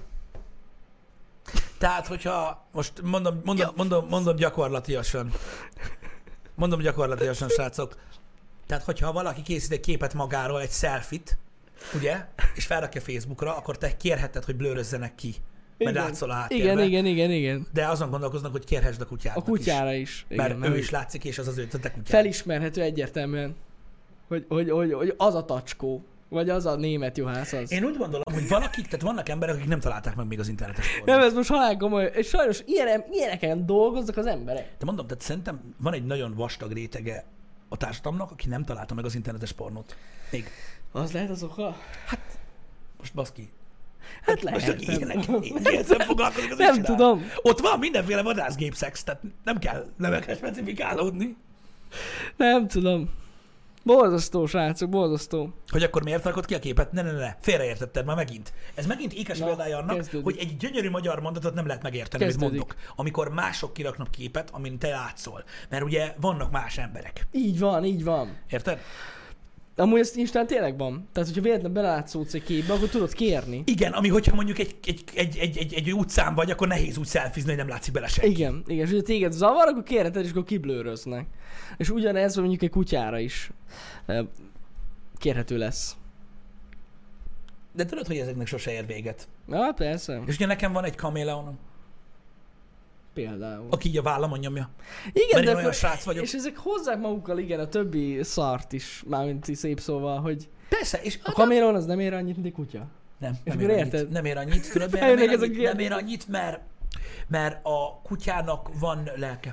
Tehát, hogyha most mondom, mondom, mondom, mondom gyakorlatiasan. Mondom gyakorlatiasan, srácok. Tehát, hogyha valaki készít egy képet magáról, egy selfit, ugye, és felrakja Facebookra, akkor te kérheted, hogy blőrözzenek ki. Mert Igen. látszol a háttérbe. Igen, igen, igen, igen. De azon gondolkoznak, hogy kérhessd a kutyádnak A kutyára is. is. Mert igen, ő nem- is látszik, és az az ő, a te kutyád. Felismerhető egyértelműen, hogy, hogy, hogy, hogy az a tacskó, vagy az a német juhász az. Én úgy gondolom, hogy valakik, tehát vannak emberek, akik nem találták meg még az internetes Nem, pornót. ez most halál komoly, és sajnos ilyen, ilyeneken dolgoznak az emberek. De mondom, tehát szerintem van egy nagyon vastag rétege a társadalomnak, aki nem találta meg az internetes pornót. Még. Az lehet az oka? Most baszki. Hát Most lehet. aki nem ilyenek, tudom. ilyen nem foglalkozik, az Nem is csinál. tudom. Ott van mindenféle vadászgépszex, tehát nem kell nevekre specifikálódni. Nem tudom. Borzasztó, srácok, borzasztó. Hogy akkor miért rakod ki a képet? Ne, ne, ne, félreértetted már megint. Ez megint ékes Na, példája annak, kezdődik. hogy egy gyönyörű magyar mondatot nem lehet megérteni, amit Kezdődik. mondok. Amikor mások kiraknak képet, amin te látszol. Mert ugye vannak más emberek. Így van, így van. Érted? Amúgy ez Instán tényleg van. Tehát, hogyha véletlenül belátszódsz egy képbe, akkor tudod kérni. Igen, ami hogyha mondjuk egy, egy, egy, egy, egy, egy utcán vagy, akkor nehéz úgy szelfizni, hogy nem látszik bele senki. Igen, igen. És hogyha téged zavar, akkor kérheted, és akkor kiblőröznek. És ugyanez van mondjuk egy kutyára is. Ö, Kérhető lesz. De tudod, hogy ezeknek sose ér véget. Na, persze. És ugye nekem van egy kaméleonom, Például. aki így a vállamon nyomja. Igen, Mert én de olyan srác vagyok. és ezek hozzák magukkal, igen, a többi szart is, mármint így szép szóval, hogy Persze, és a kaméleon az nem ér annyit, mint egy kutya. Nem, És nem akkor ér, érted? annyit, nem ér annyit. Tudod, miért nem Feljönnek ér ezek annyit? ilyen- Nem ér annyit, mert, mert a kutyának van lelke.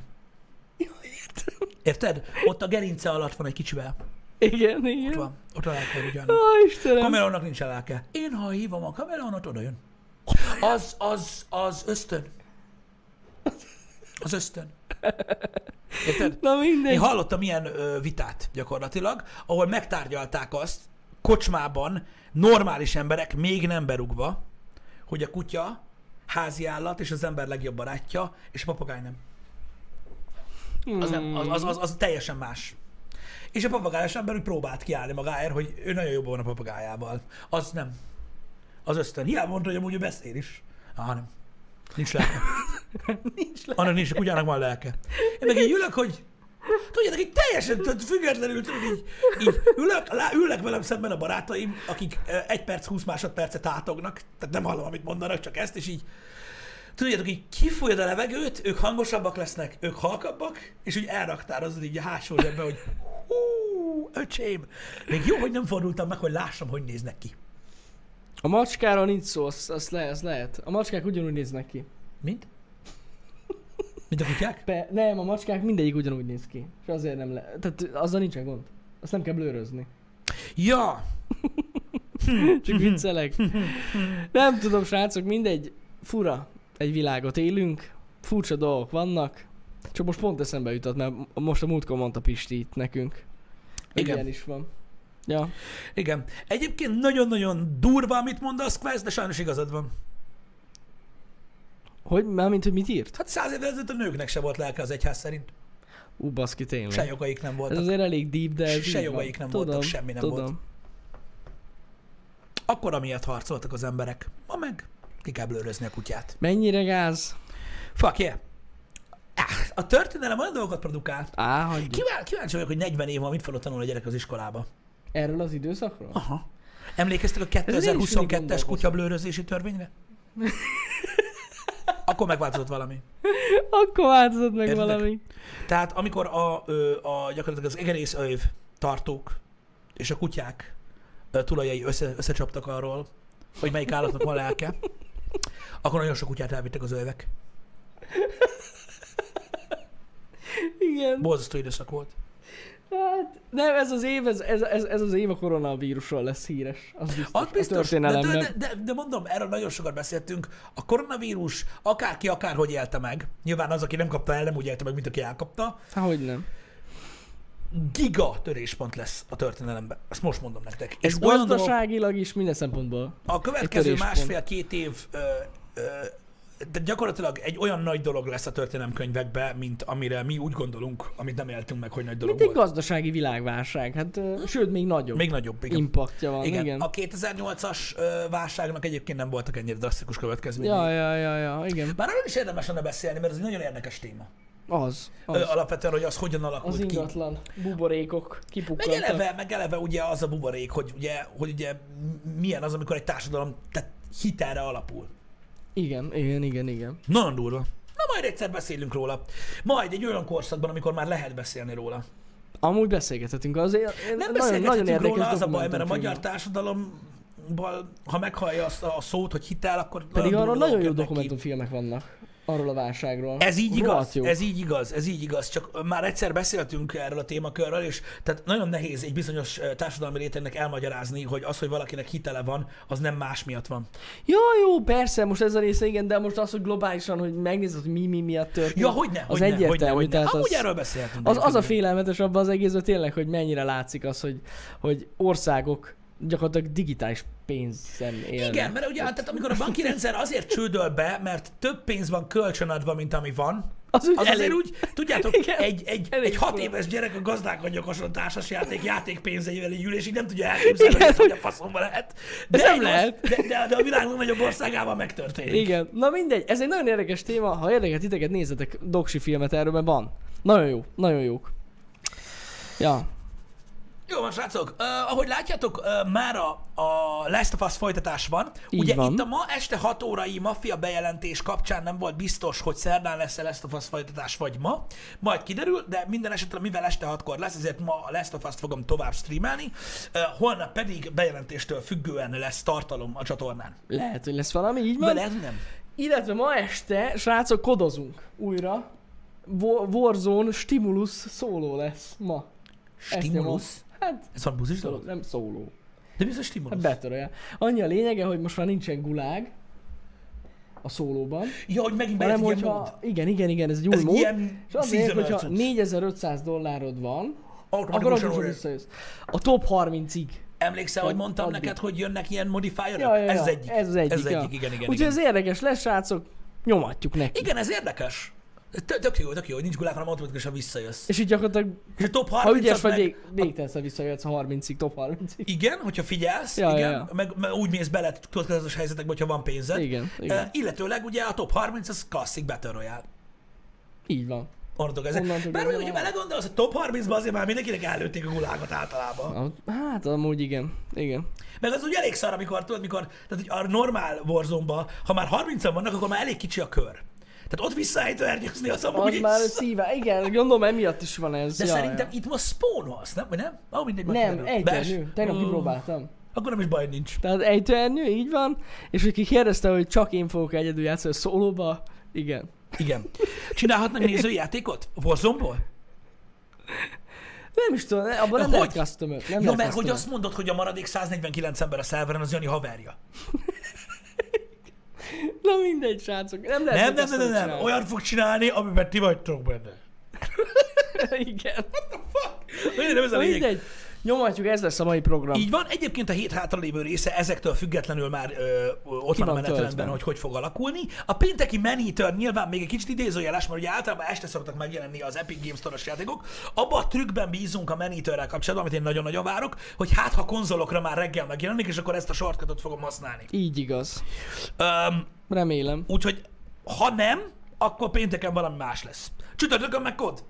Érted? Ott a gerince alatt van egy kicsivel. Igen, Ott igen. van. Ott a lelke a kutyának. Ó, Istenem. Kameleonnak nincs lelke. Én, ha hívom a kameleonot, oda jön. Az, az, az ösztön. Az ösztön. Érted? Na mindegy. Én hallottam ilyen ö, vitát gyakorlatilag, ahol megtárgyalták azt kocsmában normális emberek még nem berugva, hogy a kutya házi állat és az ember legjobb barátja, és a papagáj nem. Az, nem, az, az, az, az teljesen más. És a papagájos ember úgy próbált kiállni magáért, hogy ő nagyon jobban van a papagájával. Az nem. Az ösztön. Hiába mondta, hogy amúgy ő beszél is. Ah, nem. Nincs lelke. Nincs le. Annak nincs, a kutyának van lelke. Én meg így ülök, hogy tudjátok, így teljesen tudod, függetlenül tudod, így, így ülök, lá, ülnek velem szemben a barátaim, akik eh, egy perc, húsz másodpercet átognak, tehát nem hallom, amit mondanak, csak ezt, és így tudjátok, így kifújod a levegőt, ők hangosabbak lesznek, ők halkabbak, és úgy elraktározod így a hátsó zsebbe, hogy hú, öcsém. Még jó, hogy nem fordultam meg, hogy lássam, hogy néznek ki. A macskáról nincs szó, azt, azt le, az lehet. A macskák ugyanúgy néznek ki. Mint? Mint a kutyák? Pe- nem, a macskák mindegyik ugyanúgy néz ki. És azért nem le... Tehát azzal nincsen gond. Azt nem kell blőrözni. Ja! Csak viccelek. Nem tudom, srácok, mindegy. Fura egy világot élünk. Furcsa dolgok vannak. Csak most pont eszembe jutott, mert most a múltkor mondta Pisti itt nekünk. Hogy Igen. ilyen is van. Ja. Igen. Egyébként nagyon-nagyon durva, amit mondasz, Quest, de sajnos igazad van. Hogy? Mármint, hogy mit írt? Hát száz évvel ezelőtt a nőknek se volt lelke az egyház szerint. Ú, baszki, tényleg. Se jogaik nem Ez voltak. azért elég deep, de ez Se így jogaik van. nem voltak, semmi nem tudom. volt. Akkor amiatt harcoltak az emberek. Ma meg ki kell blőrözni a kutyát. Mennyire gáz? Fuck yeah. Ah, a történelem olyan dolgokat produkál. Á, hagyjuk. Kíván, kíváncsi vagyok, hogy negyven év van, mit fogok tanulni a gyerek az iskolába. Erről az időszakról? Aha. Emlékeztek a Ezen én is mindig kétezer-huszonkettes gondolkoztam. kutyablőrözési törvényre? Akkor megváltozott valami. Akkor változott meg Értedek? valami. Tehát amikor a, ö, a gyakorlatilag az egerész öv tartók és a kutyák ö, tulajai össze, összecsaptak arról, hogy melyik állatnak van lelke, akkor nagyon sok kutyát elvittek az övek. Igen. Borzasztó időszak volt. Hát, nem, ez az év, ez, ez, ez, ez az év a koronavírusról lesz híres. Az biztos. Az biztos, a de, de, történelemben. de, de, de mondom, erről nagyon sokat beszéltünk. A koronavírus akárki akárhogy élte meg, nyilván az, aki nem kapta el, nem úgy élte meg, mint aki elkapta, Há, hogy nem. giga töréspont lesz a történelemben. Ezt most mondom nektek. Ez olyan dolog, gazdaságilag is, minden szempontból. a következő töréspont. másfél-két év ö, ö, de gyakorlatilag egy olyan nagy dolog lesz a történelemkönyvekben, mint amire mi úgy gondolunk, amit nem éltünk meg, hogy nagy dolog Mint egy volt. gazdasági világválság. Hát, uh, sőt, még nagyobb Még nagyobb, igen. impaktja van. Igen. Igen. A kétezer-nyolcas ö, válságnak egyébként nem voltak ennyire drasztikus következményei. Ja, ja, ja, ja, igen. Bár arról is érdemes lenne beszélni, mert ez egy nagyon érdekes téma. Az. Ö, az. alapvetően, hogy az hogyan alakult Az ki. ingatlan buborékok Meg kipukkantak. eleve, meg eleve ugye az a buborék, hogy ugye, hogy ugye milyen az, amikor egy társadalom tehát hitelre alapul. Igen, igen, igen, igen. Nagyon durva. Na majd egyszer beszélünk róla. Majd egy olyan korszakban, amikor már lehet beszélni róla. Amúgy beszélgethetünk azért. Nem nagyon, beszélgethetünk nagyon róla, érdekes az a baj, mert a dokumentumfilm. magyar társadalomban, ha meghallja azt a szót, hogy hitel, akkor Pedig durva arról dolgok nagyon jó jönnek ki. dokumentumfilmek vannak. Arról a válságról. Ez így igaz, Rohadt jó. ez így igaz, ez így igaz, csak már egyszer beszéltünk erről a témakörről, és tehát nagyon nehéz egy bizonyos ö, társadalmi rétegnek elmagyarázni, hogy az, hogy valakinek hitele van, az nem más miatt van. Ja, jó, persze, most ez a része igen, de most az, hogy globálisan, hogy megnézed, hogy mi, mi miatt történik. Ja, hogyne, az hogyne, egyértelmű, hogyne, hogyne. tehát Amúgy az, erről beszéltünk. az, az a egyébként. félelmetes abban az egészben tényleg, hogy mennyire látszik az, hogy, hogy országok gyakorlatilag digitális pénzen élnek. Igen, mert ugye tehát amikor a banki rendszer azért csődöl be, mert több pénz van kölcsönadva, mint ami van, Az úgy az elég- azért úgy, tudjátok, Igen, egy, egy, elég egy hat fura. éves gyerek a gazdálkodjakoson társasjáték játékpénzeivel egy ülés, így nem tudja elképzelni, Igen, hogy ez hogy a faszomba lehet. De, nem igaz, lehet. De, de, de a világ legnagyobb országában megtörténik. Igen, na mindegy, ez egy nagyon érdekes téma, ha érdekel titeket, nézzetek doksi filmet erről, mert van. Nagyon jó, nagyon jók. Ja, Jó van, srácok. Uh, ahogy látjátok, uh, már a, a Last of Us folytatás van. Így Ugye van. itt a ma este hat órai maffia bejelentés kapcsán nem volt biztos, hogy szerdán lesz a Last of Us folytatás, vagy ma. Majd kiderül, de minden esetre, mivel este hatkor lesz, ezért ma a Last of Us-t fogom tovább streamelni. Uh, holnap pedig bejelentéstől függően lesz tartalom a csatornán. lehet, hogy lesz valami, így De van. lehet, hogy nem. Illetve ma este, srácok, kodozunk újra. Wa- Warzone Stimulus szóló lesz ma. Ezt Stimulus? nyomom. Hát, Ez van buzis szóló, dolog? nem szóló. De biztos stimulus. Hát Battle Royale. Annyi a lényege, hogy most már nincsen gulág a szólóban. Ja, hogy megint Hanem, bejött ilyen mód. hogyha... Igen, igen, igen, ez egy új Ez egy mód. ilyen És azért, seasonal hogyha cucc. négyezer-ötszáz dollárod van, akkor Automatikusan automatikusan újra. visszajössz. A top harmincig. Emlékszel, hogy Vagy mondtam addig. neked, hogy jönnek ilyen modifierek? Ja, ja, Ez ja, az egyik. Ez az egyik, Ez az ja. egyik, igen, igen. Úgyhogy igen. ez érdekes lesz, srácok. Nyomatjuk neki. Igen, ez érdekes. Tök tök jó, tök jó, hogy nincs gulág, hanem automatikusan visszajössz. És így gyakorlatilag, És a top ha harmincas ügyes vagy, meg... vég, végtelenszer visszajössz a harmincig, top harmincig. Igen, hogyha figyelsz, Ja, igen, ja, ja. Meg, meg úgy mész bele kockázatos helyzetekbe, hogyha van pénzed. Igen, Uh, igen. illetőleg ugye a top harminc az klasszik Battle Royale. Így van. Onnantól kezdve. Onnantól Bár kezdve ugye van. belegondolsz, a top harmincban azért már mindenkinek előtték a gulágot általában. Ah, Hát amúgy igen. Igen. Meg az úgy elég szar, amikor tudod, mikor, tehát hogy a normál Warzone-ba, ha már harmincan vannak, akkor már elég kicsi a kör. Tehát ott visszaejtőernyőzni az amúgy Az is. már szíve. Igen, gondolom emiatt is van ez. De ja, szerintem ja. itt most spawnolsz, nem? Vagy nem? Ah, mindegy, majd Nem, kiderül. egytőernyő. Bes? Tegnap Ó, kipróbáltam. Akkor nem is baj nincs. Tehát egytőernyő, így van. És hogy ki kérdezte, hogy csak én fogok egyedül játszani a szólóba, igen. Igen. Csinálhatnak nézőjátékot? Warzone-ból? Nem is tudom, abban nem Hogy? lehet custom Nem Ja, lehet mert hogy custom azt mondod, hogy a maradék száznégyvenkilenc ember a szerveren az Jani haverja. Na mindegy, srácok. Nem lehet Nem, nem, nem, custom nem, nem. csinálni. Olyan fog csinálni, amiben ti vagytok benne. Igen. Nem ez a Na lényeg. mindegy. Nyomatjuk, ez lesz a mai program. Így van, egyébként a hét hátralévő része ezektől függetlenül már ö, ö, ott Ki van a van menetrendben, töltve. hogy hogy fog alakulni. A pénteki Maneater nyilván még egy kicsit idézőjeles, mert ugye általában este szoktak megjelenni az Epic Games Store-os játékok. Abba a trükkben bízunk a Maneaterrel kapcsolatban, amit én nagyon-nagyon várok, hogy hát ha konzolokra már reggel megjelenik, és akkor ezt a shortcutot fogom használni. Így igaz. Um, Remélem. úgyhogy ha nem, akkor pénteken valami más lesz. Csütörtökön meg kod.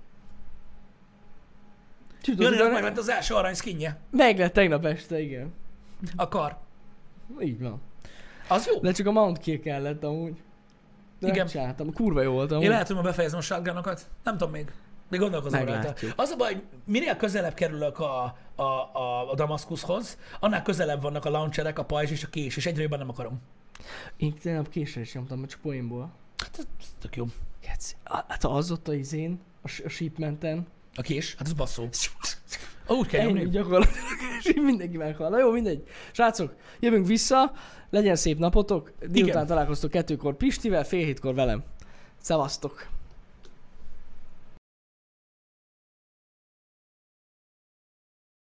Jönnek meg Csütörtökön lett az első arany skinje. meg lett tegnap este, igen. A kar. Így van. Az jó. De csak a Mount Kill kellett amúgy. De Igen. megcsináltam. Kurva jó volt amúgy. Én lehet, hogy ma befejezem a shotgunokat. Nem tudom még. De gondolkozom rajta. Meglátjuk. Az a baj, hogy minél közelebb kerülök a, a, a, a Damaszkuszhoz, annál közelebb vannak a launcherek, a pajzs és a kés, és egyre jobban nem akarom. Én tegnap késre is nyomtam, mert csak poénból. Hát, ez tök jó. Keci. Hát az ott a izén, a, s- a shipmenten, A kés? Hát az basszó. Ó, úgy kell Ennyi nyomni. gyakorlatilag, és így mindenki meghal. Na jó, mindegy. Srácok, jövünk vissza, legyen szép napotok. Délután Igen. találkoztok kettőkor Pistivel, fél hétkor velem. Szevasztok!